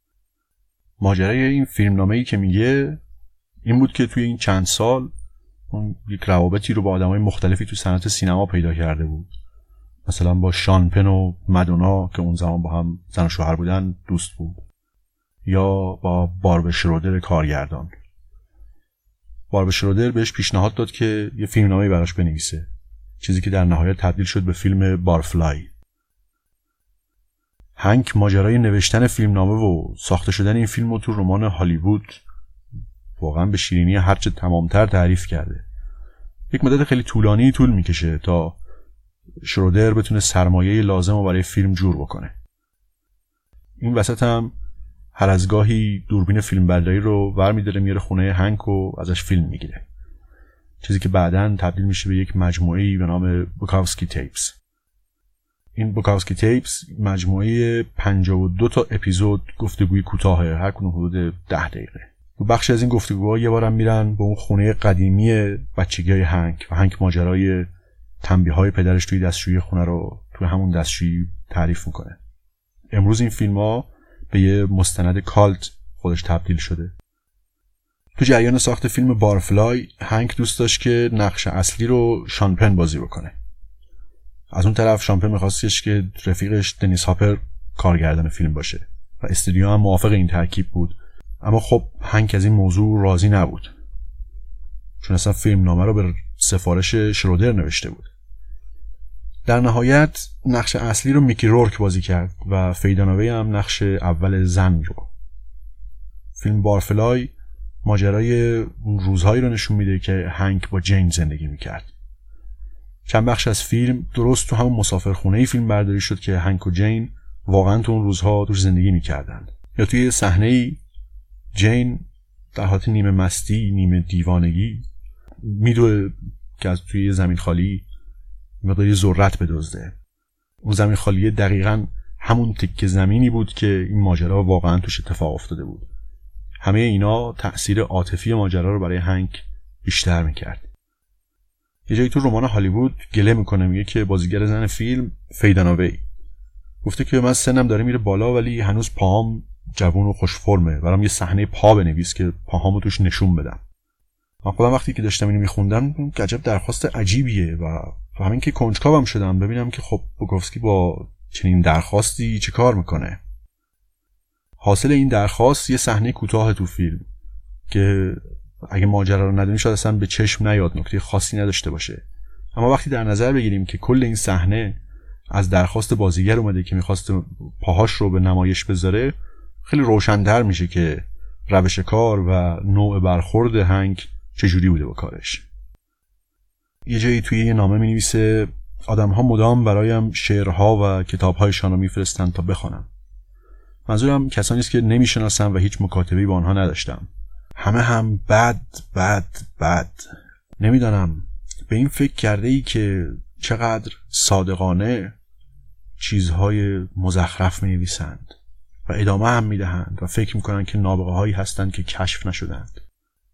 Speaker 7: ماجرای این فیلمنامه‌ای که میگه این بود که توی این چند سال اون یک روابطی رو با آدمای مختلفی تو صنعت سینما پیدا کرده بود. مثلا با شان پن و مدونا که اون زمان با هم زن و شوهر بودن دوست بود، یا با باربر شرودر کارگردان. باربر شرودر بهش پیشنهاد داد که یه فیلمنامه‌ای براش بنویسه، چیزی که در نهایت تبدیل شد به فیلم بارفلای. هنگ ماجرای نوشتن فیلمنامه و ساخته شدن این فیلم رو تو رمان هالیوود واقعا به شیرینی هرچه تمامتر تعریف کرده. یک مدت خیلی طولانی طول میکشه تا شرودر بتونه سرمایه لازم رو برای فیلم جور بکنه. این وسط هم هر از گاهی دوربین فیلمبرداری رو برمی‌داره میاره خونه هنگ و ازش فیلم میگیره، چیزی که بعداً تبدیل میشه به یک مجموعه‌ای به نام بوکاوسکی تیپس. این بوکاوسکی تیپس مجموعه پنجاه و دو تا اپیزود گفتگوی کوتاهه، هر کدوم حدود ده دقیقه. و بخشی از این گفتگوها یه بارم میرن به اون خونه قدیمی بچگی‌های هنگ و هنگ ماجرای تنبیه‌های پدرش توی دستشویی خونه رو توی همون دستشویی تعریف میکنه. امروز این فیلم‌ها به یه مستند کالت خودش تبدیل شده. تو جریان ساخت فیلم بارفلای هنگ دوست داشت که نقش اصلی رو شان پن بازی بکنه. از اون طرف شان پن می‌خواستش که رفیقش دنیس هاپر کارگردان فیلم باشه و استودیو هم موافق این ترکیب بود، اما خب هنگ از این موضوع راضی نبود، چون اصلا فیلمنامه رو به سفارش شرودر نوشته بود. در نهایت نقش اصلی رو میکی رورک بازی کرد و فیدانوی هم نقش اول زن رو. فیلم بارفلای ماجرای روزهایی رو نشون میده که هنگ با جین زندگی میکرد. چند بخش از فیلم درست تو همون مسافرخونه‌ای فیلم برداری شد که هنگ و جین واقعا تو اون روزها توش زندگی میکردن. یا توی صحنه‌ای جین در حالت نیمه مستی نیمه دیوانگی میدوه که از توی زمین خالی مقداری ذرت بدزده. اون زمین خالی دقیقاً همون تکه زمینی بود که این ماجرا واقعا توش اتفاق افتاده بود. همه اینا تأثیر عاطفی ماجرا رو برای هنگ بیشتر میکرد. یه جایی تو رمان هالیوود گله میکنه، میگه که بازیگر زن فیلم فیدانوی گفته که من سنم داره میره بالا ولی هنوز پاهام جوون و خوش فرمه، برام یه صحنه پا بنویس که پاهامو توش نشون بدم. من خودم وقتی که داشتم اینو میخوندم عجب درخواست عجیبیه و همین که کنجکاوم شدم ببینم که خب بوکوفسکی با چنین درخواستی چه کار میکنه. حاصل این درخواست یه صحنه کوتاه تو فیلم که اگه ماجرا رو ندونی شاید اصلا به چشم نیاد، نکته خاصی نداشته باشه، اما وقتی در نظر بگیریم که کل این صحنه از درخواست بازیگر اومده که میخواست پاهاش رو به نمایش بذاره، خیلی روشن‌تر میشه که روش کار و نوع برخورد هنگ چجوری بوده با کارش. یه جایی توی یه نامه می‌نویسه آدم‌ها مدام برایم شعرها و کتاب‌هایشان رو می‌فرستن تا بخونم. منظورم کسانی است که نمی‌شناسم و هیچ مکاتبه‌ای با آنها نداشتم. همه هم بد بد بد. نمیدانم به این فکر کرده ای که چقدر صادقانه چیزهای مزخرف می‌نویسند و ادامه هم می‌دهند و فکر می‌کنند که نابغه‌هایی هستند که کشف نشدند.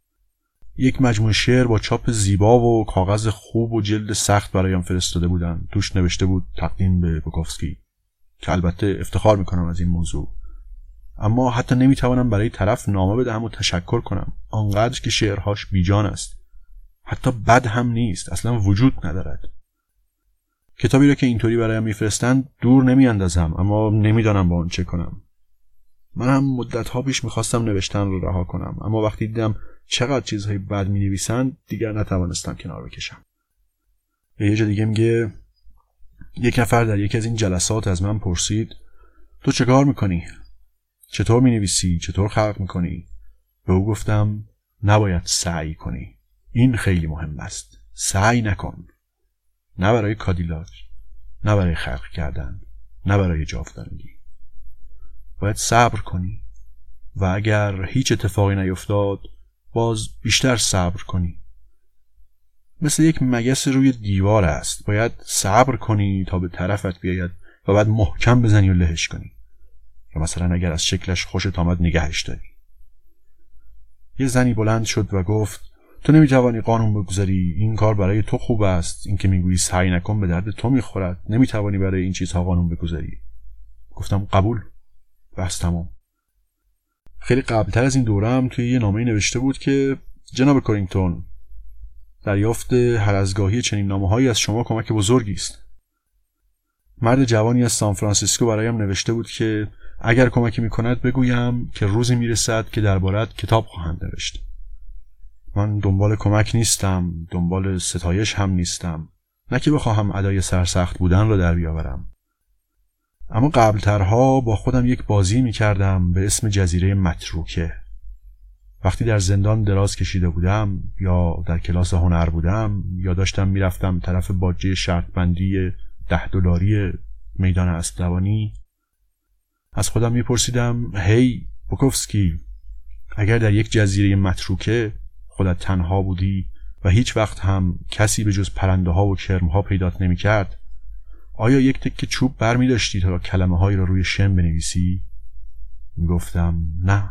Speaker 7: یک مجموعه شعر با چاپ زیبا و کاغذ خوب و جلد سخت برایم فرستاده بودند. توش نوشته بود تقدیم به بوکوفسکی، که البته افتخار میکنم از این موضوع، اما حتی نمیتوانم برای طرف نامه بدهم و تشکر کنم، آنقدر که شعرهاش بیجان است. حتی بد هم نیست، اصلا وجود ندارد. کتابی را که اینطوری برایم میفرستند دور نمیاندازم، اما نمیدانم با اون چه کنم. من هم مدت‌ها پیش میخواستم نوشتن رو رها کنم، اما وقتی دیدم چقدر چیزهای بد می نویسن دیگر نتوانستم کنار بکشم. یه جا دیگه میگه یک نفر در یکی از این جلسات از من پرسید تو چه کار میکنی؟ چطور می نویسی؟ چطور خلق میکنی؟ به او گفتم نباید سعی کنی، این خیلی مهم است. سعی نکن، نه برای کادیلاک، نه برای خلق کردن، نه برای جاودانگی. باید صبر کنی و اگر هیچ اتفاقی نیفتاد باز بیشتر صبر کنی. مثل یک مگس روی دیوار است، باید صبر کنی تا به طرفت بیاید و بعد محکم بزنی و لهش کنی، یا مثلا اگر از شکلش خوشت آمد نگهش داری. یه زنی بلند شد و گفت تو نمیتوانی قانون بگذاری، این کار برای تو خوب است، این که میگویی سعی نکن به درد تو میخورد، نمیتوانی برای این چیزها قانون بگذاری. گفتم قبول، بس تمام. خیلی قبلتر از این دوره هم توی یه نامه‌ای نوشته بود که جناب کورینگتون، دریافت هر ازگاهی چنین نامه‌هایی از شما کمک بزرگی است. مرد جوانی از سان فرانسیسکو برایم نوشته بود که اگر کمکی می‌کند بگویم که روزی میرسد که درباره‌ات کتاب خواهند نوشت. من دنبال کمک نیستم، دنبال ستایش هم نیستم، نه که بخواهم ادای سرسخت بودن را در بیاورم. اما قبلترها با خودم یک بازی می‌کردم به اسم جزیره متروکه. وقتی در زندان دراز کشیده بودم یا در کلاس هنر بودم یا داشتم میرفتم طرف باجه شرط بندی ده دلاری میدان اسبدوانی، از خودم میپرسیدم هی بوکوفسکی، اگر در یک جزیره متروکه خودت تنها بودی و هیچ وقت هم کسی به جز پرنده ها و کرم ها پیدات نمی کرد، آیا یک تکه چوب بر می داشتی تا کلمه هایی را روی شن بنویسی؟ می گفتم نه.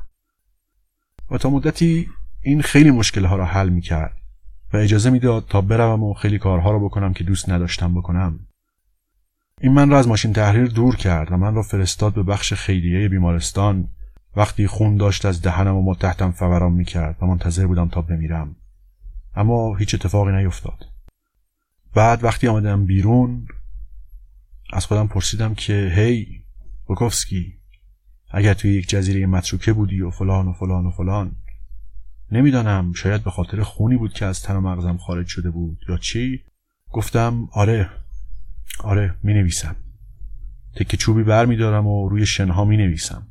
Speaker 7: و تا مدتی این خیلی مشکل ها را حل می کرد و اجازه می داد تا بروم و خیلی کارها را بکنم که دوست نداشتم بکنم. این من را از ماشین تحریر دور کرد و من را فرستاد به بخش خیریه بیمارستان وقتی خون داشت از دهنم و متحتم فوران می کرد و منتظر بودم تا بمیرم. اما هیچ اتفاقی نیفتاد. بعد وقتی آمدم بیرون از خودم پرسیدم که هی بوکوفسکی، اگر توی یک جزیره متروکه بودی و فلان و فلان و فلان، نمیدانم شاید به خاطر خونی بود که از تن و مغزم خارج شده بود یا چی، گفتم آره آره می نویسم. تکه چوبی بر می دارم و روی شنها می نویسم.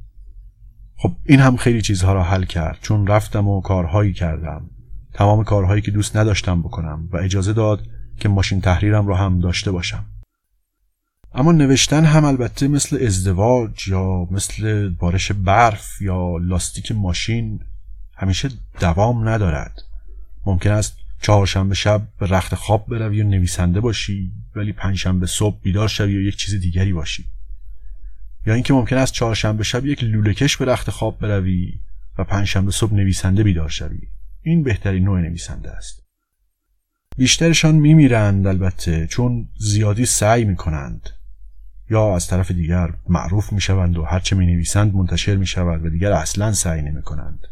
Speaker 7: خب این هم خیلی چیزها را حل کرد، چون رفتم و کارهایی کردم، تمام کارهایی که دوست نداشتم بکنم و اجازه داد که ماشین تحریرم را هم داشته باشم. اما نوشتن هم البته مثل ازدواج یا مثل بارش برف یا لاستیک ماشین همیشه دوام ندارد. ممکن است چهارشنبه شب به رخت خواب بروی و نویسنده باشی، ولی پنجشنبه صبح بیدار شوی و یک چیز دیگری باشی. یا اینکه ممکن است چهارشنبه شب یک لوله‌کش به رخت خواب بروی و پنجشنبه صبح نویسنده بیدار شوی. این بهترین نوع نویسنده است. بیشترشان میمیرند البته، چون زیادی سعی میکنند، یا از طرف دیگر معروف میشوند و هرچه مینویسند منتشر میشود و دیگر اصلا سعی نمیکنند.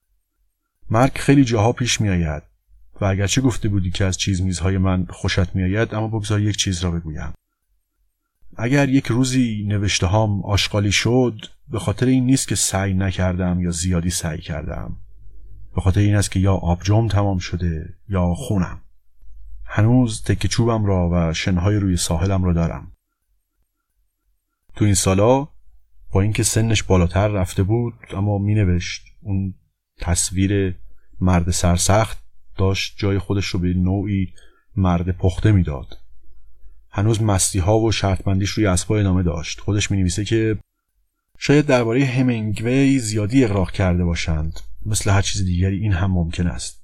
Speaker 7: مرگ خیلی جاها پیش میآید و اگرچه گفته بودی که از چیز میزهای من خوشت میآید، اما بگذار یک چیز را بگویم. اگر یک روزی نوشته هام آشغالی شد، به خاطر این نیست که سعی نکردم یا زیادی سعی کردم. به خاطر این است که یا آبجوم تمام شده یا خونم. هنوز تکه چوبم را و شنهای روی ساحلم را دارم. تو این سالا با اینکه سنش بالاتر رفته بود، اما می نوشت. اون تصویر مرد سرسخت داشت جای خودش رو به نوعی مرد پخته می داد. هنوز مستی ها و شرط بندیش روی اسبای ادامه داشت. خودش می نویسه که شاید درباره همینگوی زیادی اغراق کرده باشند. مثل هر چیز دیگری این هم ممکن است.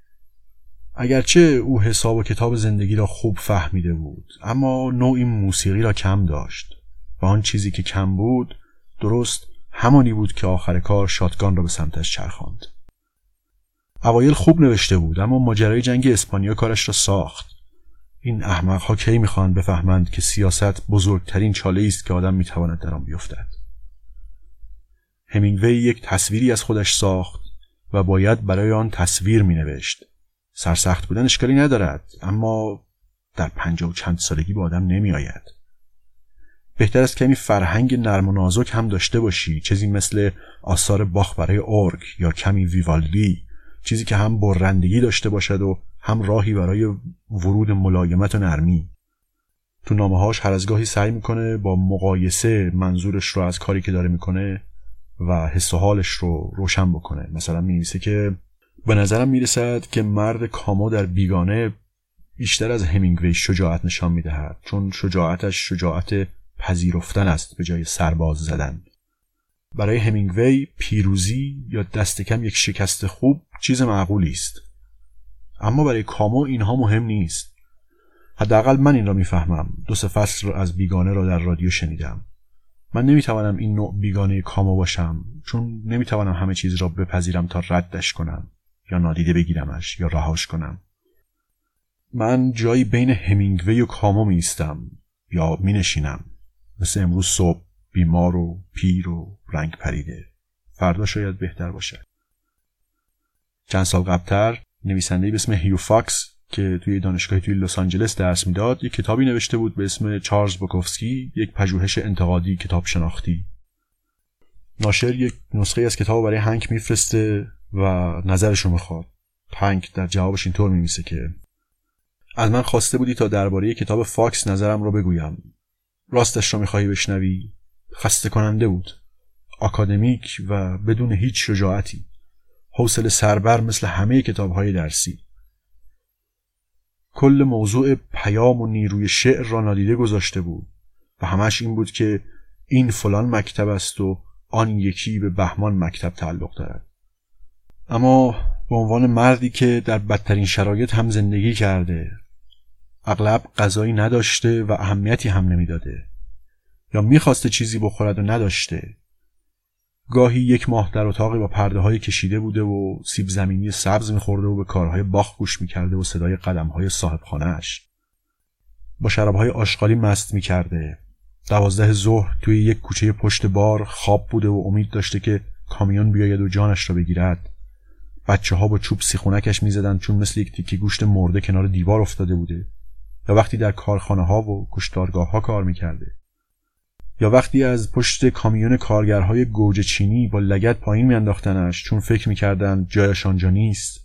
Speaker 7: اگرچه او حساب و کتاب زندگی را خوب فهمیده بود، اما نوعی موسیقی را کم داشت و آن چیزی که کم بود درست همانی بود که آخر کار شاتگان را به سمتش چرخاند. اوایل خوب نوشته بود، اما ماجرای جنگ اسپانیا کارش را ساخت. این احمق‌ها کی می‌خواهند بفهمند که سیاست بزرگترین چاله‌ای است که آدم می‌تواند در آن بیفتد. همینگوی یک تصویری از خودش ساخت و باید برای آن تصویر می‌نوشت. سرسخت بودن اشکالی ندارد، اما در پنجاه و چند سالگی به آدم نمی‌آید. بهتر است کمی فرهنگ نرم و نازک هم داشته باشی، چیزی مثل آثار باخ برای ارگ یا کمی ویوالدی، چیزی که هم برندگی داشته باشد و هم راهی برای ورود ملایمت و نرمی. تو نامه‌هاش هر از گاهی سعی میکنه با مقایسه منظورش رو از کاری که داره میکنه و حس و حالش رو روشن بکنه. مثلا می‌نویسه که به نظرم میرسد که مرد کامو در بیگانه بیشتر از همینگوی شجاعت نشان میدهد، چون شجاعتش شجاعت پذیرفتن است به جای سرباز زدن. برای همینگوی پیروزی یا دست کم یک شکست خوب چیز معقولی است، اما برای کامو اینها مهم نیست. حداقل من این را میفهمم. دو سه فصل از بیگانه را در رادیو شنیدم. من نمیتوانم این نوع بیگانه کامو باشم، چون نمیتوانم همه چیز را بپذیرم تا ردش کنم یا نادیده بگیرمش یا رهاش کنم. من جایی بین همینگوی و کامو میستم یا مینشینم، مثل امروز صبح، بیمار و پیر و رنگ پریده. فردا شاید بهتر باشه. چند سال قبلتر نویسنده‌ای به اسم هیو فاکس که توی دانشگاهی توی لس آنجلس درس میداد یک کتابی نوشته بود به اسم چارلز بوکوفسکی، یک پژوهش انتقادی کتاب شناختی. ناشر یک نسخه از کتاب برای هنگ میفرسته و نظرشو میخواد. هنگ در جوابش اینطور میمیسه که از من خواسته بودی تا درباره کتاب فاکس نظرم رو بگویم. راستش رو میخواهی بشنوی؟ خسته کننده بود. آکادمیک و بدون هیچ شجاعتی. حوصله سربر مثل همه کتاب‌های درسی. کل موضوع پیام و نیروی شعر را نادیده گذاشته بود و همش این بود که این فلان مکتب است و آن یکی به بهمان مکتب تعلق دارد. اما به عنوان مردی که در بدترین شرایط هم زندگی کرده، اغلب غذایی نداشته و اهمیتی هم نمیداده، یا میخواسته چیزی بخورد و نداشته، گاهی یک ماه در اتاقی با پرده های کشیده بوده و سیب زمینی سبز میخورده و به کارهای باغ گوش میکرده و صدای قدم های صاحب خانه‌اش، با شرابهای آشغالی مست میکرده. دوازده ظهر توی یک کوچه پشت بار خواب بوده و امید داشته که کامیون بیاید و جانش را بگیرد. بچه ها با چوب سیخونکش میزدن چون مثل یک تیکه گوشت مرده کنار دیوار افتاده بوده. یا وقتی در کارخانه ها و کشتارگاه ها کار میکرده، یا وقتی از پشت کامیون کارگرهای گوجه چینی با لگد پایین میانداختنش چون فکر میکردن جایش آنجا نیست.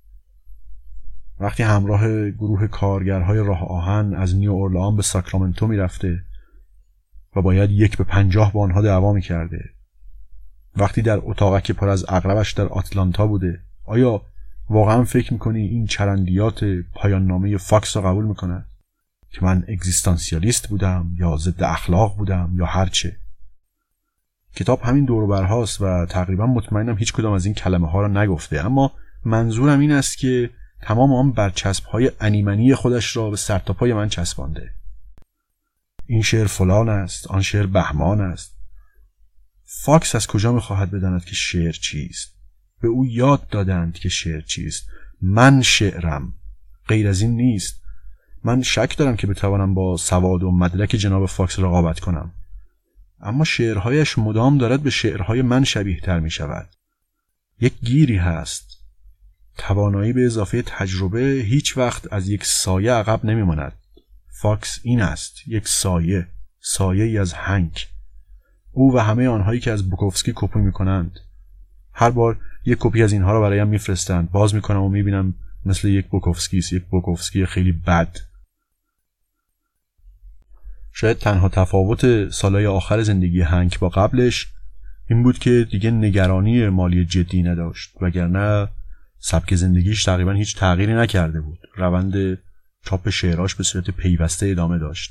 Speaker 7: وقتی همراه گروه کارگرهای راه آهن از نیو اورلئان به ساکرامنتو میرفته و باید یک به پنجاه با آنها دعوا میکرده. وقتی در اتاقک پر از عقربش در آتلانتا بوده. آیا واقعا فکر میکنی این چرندیات پایان نامه فاکس را قبول میکنه که من اگزیستانسیالیست بودم یا ضد اخلاق بودم یا هرچه؟ کتاب همین دور و برهاست و تقریبا مطمئنم هیچ کدام از این کلمه ها را نگفته، اما منظورم این است که تمام آن برچسب های انیمنی خودش را به سر تا پای من چسبانده. این شعر فلان است، آن شعر بهمان است. فاکس از کجا میخواهد بداند که شعر چیست؟ به او یاد دادند که شعر چیست. من شعرم، غیر از این نیست. من شک دارم که بتوانم با سواد و مدرک جناب فاکس رقابت کنم، اما شعرهایش مدام دارد به شعرهای من شبیه تر می شود. یک گیری هست. توانایی به اضافه تجربه هیچ وقت از یک سایه عقب نمی ماند. فاکس این است، یک سایه، سایه‌ای از هنگ. او و همه آنهایی که از بوکوفسکی کپی می کنند. هر بار یک کپی از اینها را برایم میفرستند، باز میکنم و میبینم مثل یک بوکوفسکی است، یک بوکوفسکی خیلی بد. شاید تنها تفاوت سالهای آخر زندگی هنگ با قبلش این بود که دیگه نگرانی مالی جدی نداشت، وگرنه سبک زندگیش تقریبا هیچ تغییری نکرده بود. روند چاپ شعراش به صورت پیوسته ادامه داشت.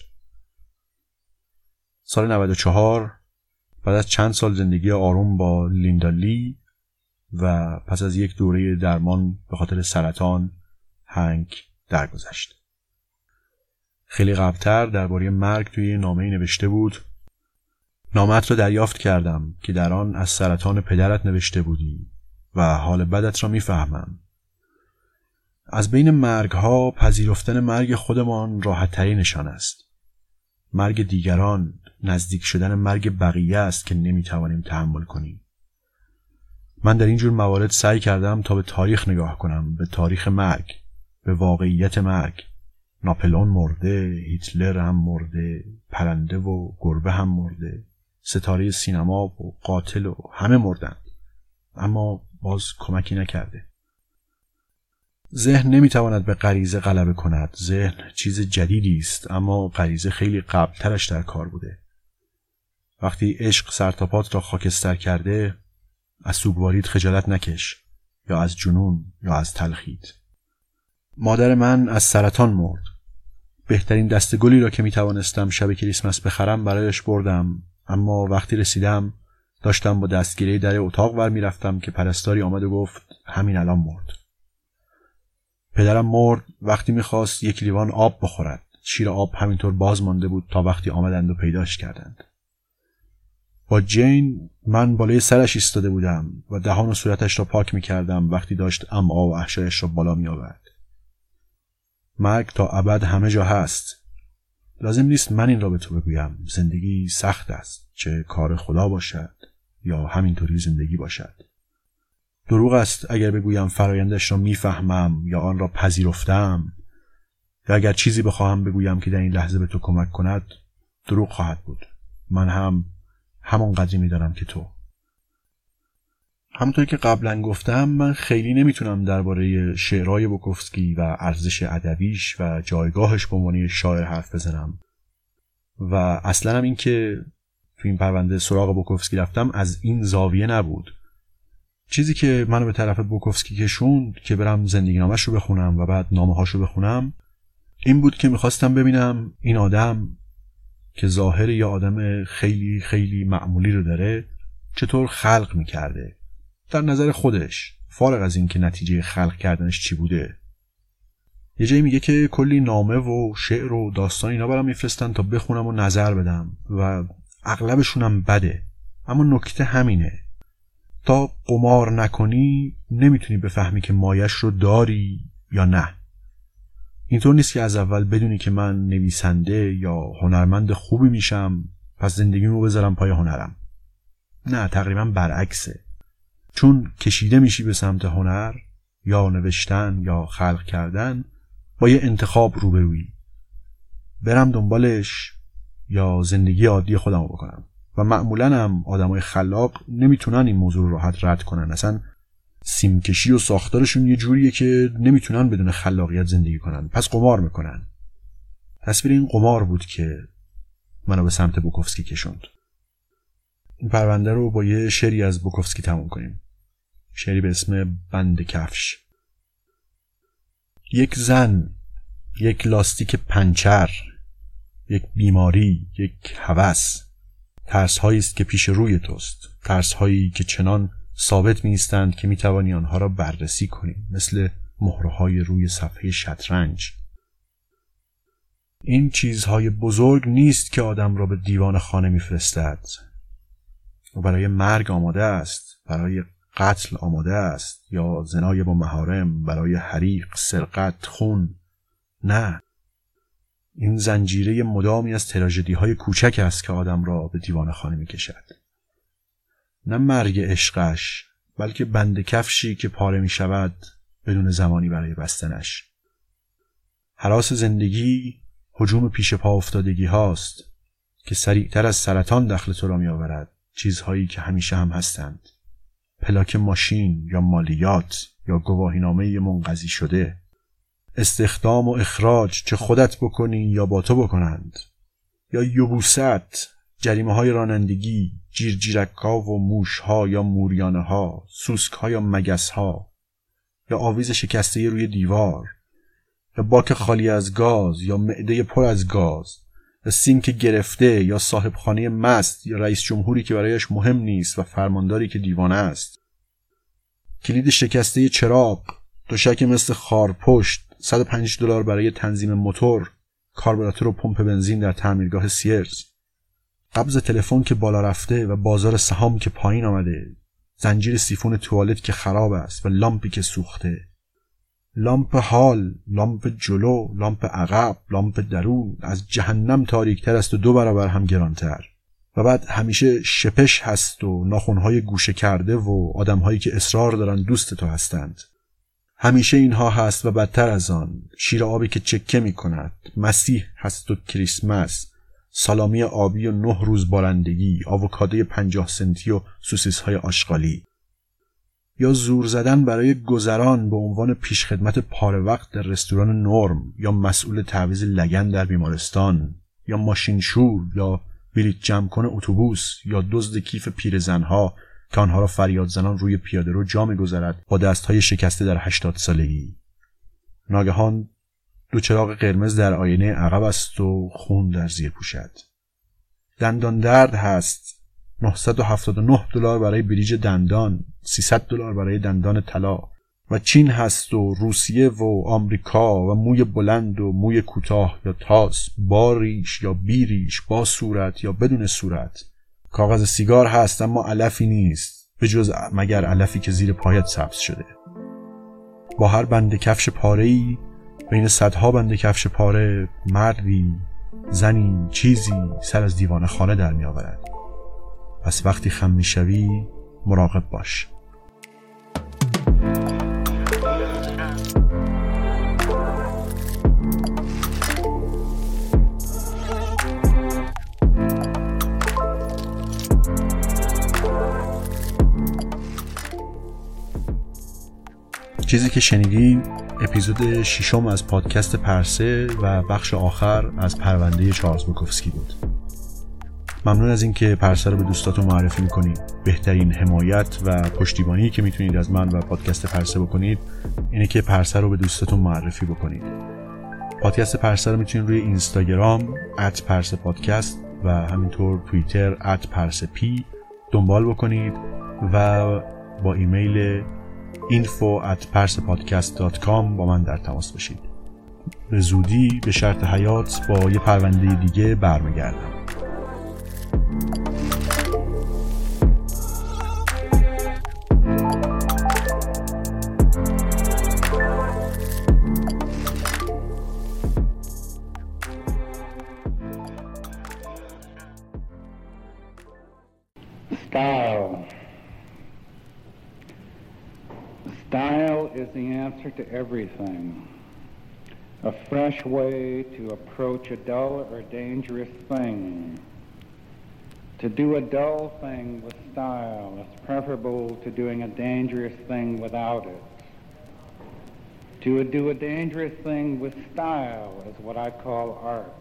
Speaker 7: سال نود و چهار بعد از چند سال زندگی آروم با لیندا لی و پس از یک دوره درمان به خاطر سرطان، هنگ درگذشت. خیلی قبلتر درباره مرگ توی نامه‌ای نوشته بود: نامه‌ات را دریافت کردم که در آن از سرطان پدرت نوشته بودی و حال بدت را میفهمم. از بین مرگ‌ها پذیرفتن مرگ خودمان راحت‌ترین نشان است. مرگ دیگران نزدیک شدن مرگ بقیه است که نمی‌توانیم تحمل کنیم. من در این جور موارد سعی کردم تا به تاریخ نگاه کنم، به تاریخ مرگ، به واقعیت مرگ. ناپلئون مرده، هیتلر هم مرده، پرنده و گربه هم مرده، ستاره سینما و قاتل و همه مردند، اما باز کمکی نکرده. ذهن نمیتواند به غریزه غلبه کند. ذهن چیز جدیدی است، اما غریزه خیلی قبلترش در کار بوده. وقتی عشق سرتاپات را خاکستر کرده، از سوگواریت خجالت نکش، یا از جنون یا از تلخیت. مادر من از سرطان مرد. بهترین دسته گلی را که می توانستم شب کریسمس بخرم برایش بردم، اما وقتی رسیدم داشتم با دستگیره در اتاق ور می رفتم که پرستاری آمد و گفت همین الان مرد. پدرم مرد وقتی می خواست یک لیوان آب بخورد. شیر آب همینطور باز مانده بود تا وقتی آمدند و پیداش کردند. با جین من بالای سرش ایستاده بودم و دهان و صورتش را پاک می کردم وقتی داشت امعا و احشایش را بالا می آورد. مرگ تا ابد همه جا هست. لازم نیست من این را به تو بگویم. زندگی سخت است، چه کار خدا باشد یا همینطوری زندگی باشد. دروغ است اگر بگویم فرایندش را میفهمم یا آن را پذیرفتم، یا اگر چیزی بخواهم بگویم که در این لحظه به تو کمک کند، دروغ خواهد بود. من هم همان قدری میدانم که تو. همونطور که قبلا گفتم، من خیلی نمیتونم درباره شعرهای بوکوفسکی و ارزش ادبیش و جایگاهش به عنوان شاعر حرف بزنم و اصلا هم این که تو این پرونده سراغ بوکوفسکی رفتم از این زاویه نبود. چیزی که منو به طرف بوکوفسکی کشوند که برم زندگی نامش رو بخونم و بعد نامه هاش رو بخونم این بود که میخواستم ببینم این آدم که ظاهر یه آدم خیلی خیلی معمولی رو داره چطور خلق میکرده در نظر خودش، فارغ از این که نتیجه خلق کردنش چی بوده. یه جایی میگه که کلی نامه و شعر و داستان اینا برام میفرستن تا بخونم و نظر بدم و اغلبشونم بده، اما نکته همینه، تا قمار نکنی نمیتونی بفهمی که مایش رو داری یا نه. اینطور نیست که از اول بدونی که من نویسنده یا هنرمند خوبی میشم پس زندگیمو بذارم پای هنرم. نه، تقریبا برعکسه. چون کشیده میشی به سمت هنر یا نوشتن یا خلق کردن، با یه انتخاب روبرویی، برم دنبالش یا زندگی عادی خودمو بکنم. و معمولاً هم آدمای خلاق نمیتونن این موضوع رو راحت رد کنن. اصلا سیمکشی و ساختارشون یه جوریه که نمیتونن بدون خلاقیت زندگی کنن، پس قمار میکنن. تصویر این قمار بود که منو به سمت بوکوفسکی کشوند. این پرونده رو با یه شعری از بوکوفسکی تموم کنیم. شعری به اسم بند کفش. یک زن، یک لاستیک پنچر، یک بیماری، یک هوس، ترس هایی است که پیش روی توست، ترس هایی که چنان ثابت می ایستند که می توانی آنها را بررسی کنی، مثل مهرهای روی صفحه شطرنج. این چیزهای بزرگ نیست که آدم را به دیوان خانه می فرستد و برای مرگ آماده است، برای قتل آماده است، یا زنای با محارم، برای حریق، سرقت، خون. نه، این زنجیره مدامی از تراژدی های کوچک است که آدم را به دیوان خانه می کشد. نه مرگ عشقش، بلکه بند کفشی که پاره می شود بدون زمانی برای بستنش. هراس زندگی هجوم پیش پا افتادگی هاست که سریعتر از سرطان دخل تو را می آورد. چیزهایی که همیشه هم هستند، پلاک ماشین یا مالیات یا گواهینامه منقضی شده، استخدام و اخراج، چه خودت بکنی یا با تو بکنند، یا یبوست، جریمه های رانندگی، جیرجیرک‌ها و موش‌ها یا موریانه ها، سوسک‌ها یا مگس‌ها، یا آویز شکسته روی دیوار، یا باک خالی از گاز یا معده پر از گاز، یا سینک گرفته، یا صاحب خانه مست، یا رئیس جمهوری که برایش مهم نیست و فرمانداری که دیوانه است، کلید شکسته چراغ، دوشک مثل خارپشت، صد و پنج دلار برای تنظیم موتور، کاربراتور و پمپ بنزین در تعمیرگاه سیرز، قبض تلفن که بالا رفته و بازار سهام که پایین آمده، زنجیر سیفون توالت که خراب است و لامپی که سوخته، لامپ حال، لامپ جلو، لامپ عقب، لامپ درون، از جهنم تاریکتر است و دو برابر هم گرانتر. و بعد همیشه شپش هست و ناخونهای گوشه کرده و آدمهایی که اصرار دارن دوست تو هستند. همیشه اینها هست و بدتر از آن، شیر آبی که چکه می کند، مسیح هست و کریسمس، سالامی آبی و نه روز بارندگی، آووکادوی پنجاه سنتی و سوسیس های آشغالی، یا زور زدن برای گذران به عنوان پیشخدمت پاره وقت در رستوران نرم، یا مسئول تعویض لگن در بیمارستان، یا ماشین شور، یا بلیط جمع کن اتوبوس، یا دزد کیف پیرزنها که آنها را فریاد زنان روی پیاده رو جا می‌گذارد با دست‌های شکسته در هشتاد سالگی. ناگهان دو چراغ قرمز در آینه عقب است و خون در زیر پوشد. دندان درد هست، نهصد و هفتاد و نه دلار برای بریج دندان، سیصد دلار برای دندان طلا. و چین هست و روسیه و آمریکا و موی بلند و موی کوتاه یا تاس، با ریش یا بی ریش، با صورت یا بدون صورت. کاغذ سیگار هست اما علفی نیست، به جز مگر علفی که زیر پایت سبز شده. با هر بند کفش پاره‌ای بین صدها بند کفش پاره، مردی، زنی، چیزی سر از دیوان خانه در می آورد. پس وقتی خم می شوی مراقب باش. چیزی که شنیدین اپیزود ششم از پادکست پرسه و بخش آخر از پرونده چارلز بوکوفسکی بود. ممنون از اینکه پرسه رو به دوستاتون معرفی میکنید. بهترین حمایت و پشتیبانی که میتونید از من و پادکست پرسه بکنید اینه که پرسه رو به دوستاتون معرفی بکنید. پادکست پرسه رو میتونید روی اینستاگرام ات پرسه پادکست و همینطور توییتر ات پرسه پی دنبال بکنید و با ایمیل info at persepodcast dot com با من در تماس باشید. به زودی به شرط حیات با یه پرونده دیگه برمیگردم.
Speaker 8: Style. Style is the answer to everything. A fresh way to approach a dull or dangerous thing. To do a dull thing with style is preferable to doing a dangerous thing without it. To do a dangerous thing with style is what I call art.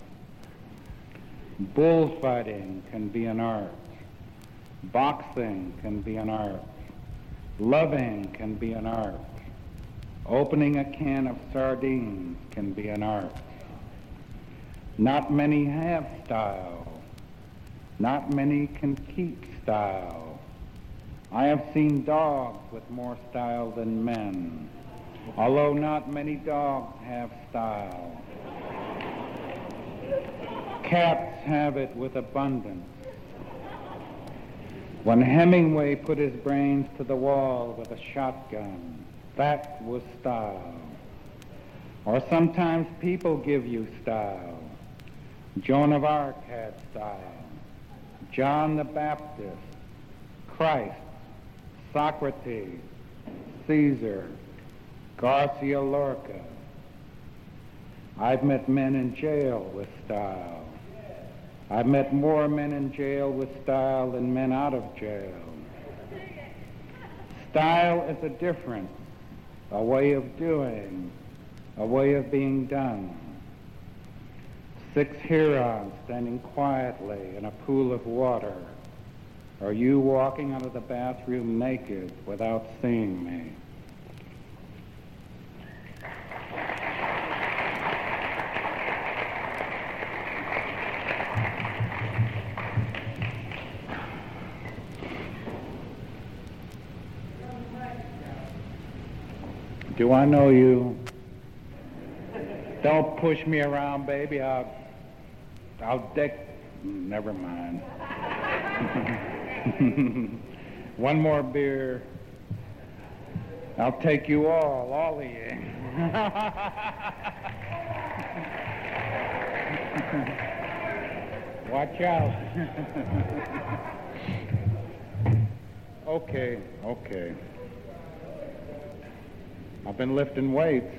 Speaker 8: Bullfighting can be an art. Boxing can be an art. Loving can be an art. Opening a can of sardines can be an art. Not many have style. Not many can keep style. I have seen dogs with more style than men, although not many dogs have style. Cats have it with abundance. When Hemingway put his brains to the wall with a shotgun, that was style. Or sometimes people give you style. Joan of Arc had style. John the Baptist, Christ, Socrates, Caesar, Garcia Lorca. I've met men in jail with style. I've met more men in jail with style than men out of jail. Style is a difference, a way of doing, a way of being done. Six herons standing quietly in a pool of water, or you walking out of the bathroom naked without seeing me. Do I know you? Don't push me around, baby. I'll, I'll deck. Never mind. One more beer. I'll take you all, all of you. Watch out. Okay, okay. I've been lifting weights.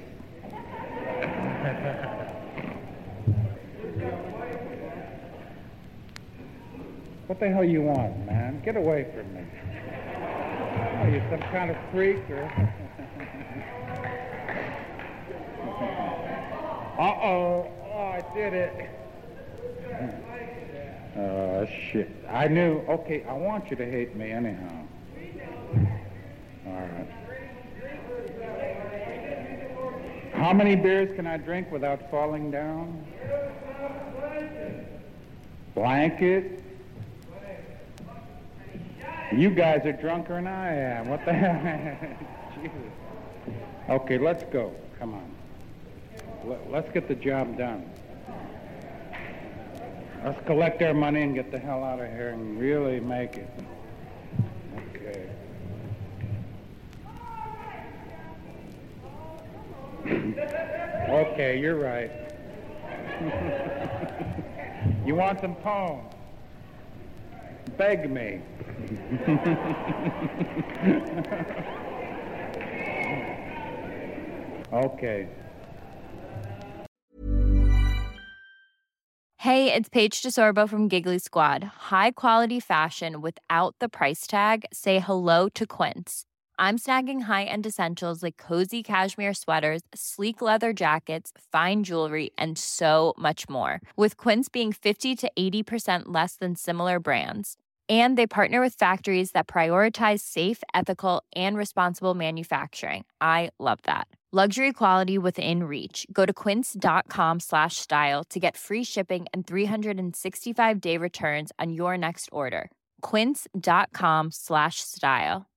Speaker 8: What the hell you want, man? Get away from me. Oh, you some kind of freak or... Uh-oh. Oh, I did it. Oh, shit. I knew. Okay, I want you to hate me anyhow. All right. How many beers can I drink without falling down? Blanket? You guys are drunker than I am. What the hell? Jesus. Okay, let's go. Come on. Let's get the job done. Let's collect our money and get the hell out of here and really make it. Okay. Okay, you're right. You want some poems? Beg me. Okay.
Speaker 11: Hey, it's Paige DeSorbo from Giggly Squad. High quality fashion without the price tag. Say hello to Quince. I'm snagging high-end essentials like cozy cashmere sweaters, sleek leather jackets, fine jewelry, and so much more. With Quince being fifty to eighty percent less than similar brands. And they partner with factories that prioritize safe, ethical, and responsible manufacturing. I love that. Luxury quality within reach. Go to quince.com slash style to get free shipping and three sixty-five day returns on your next order. Quince.com slash style.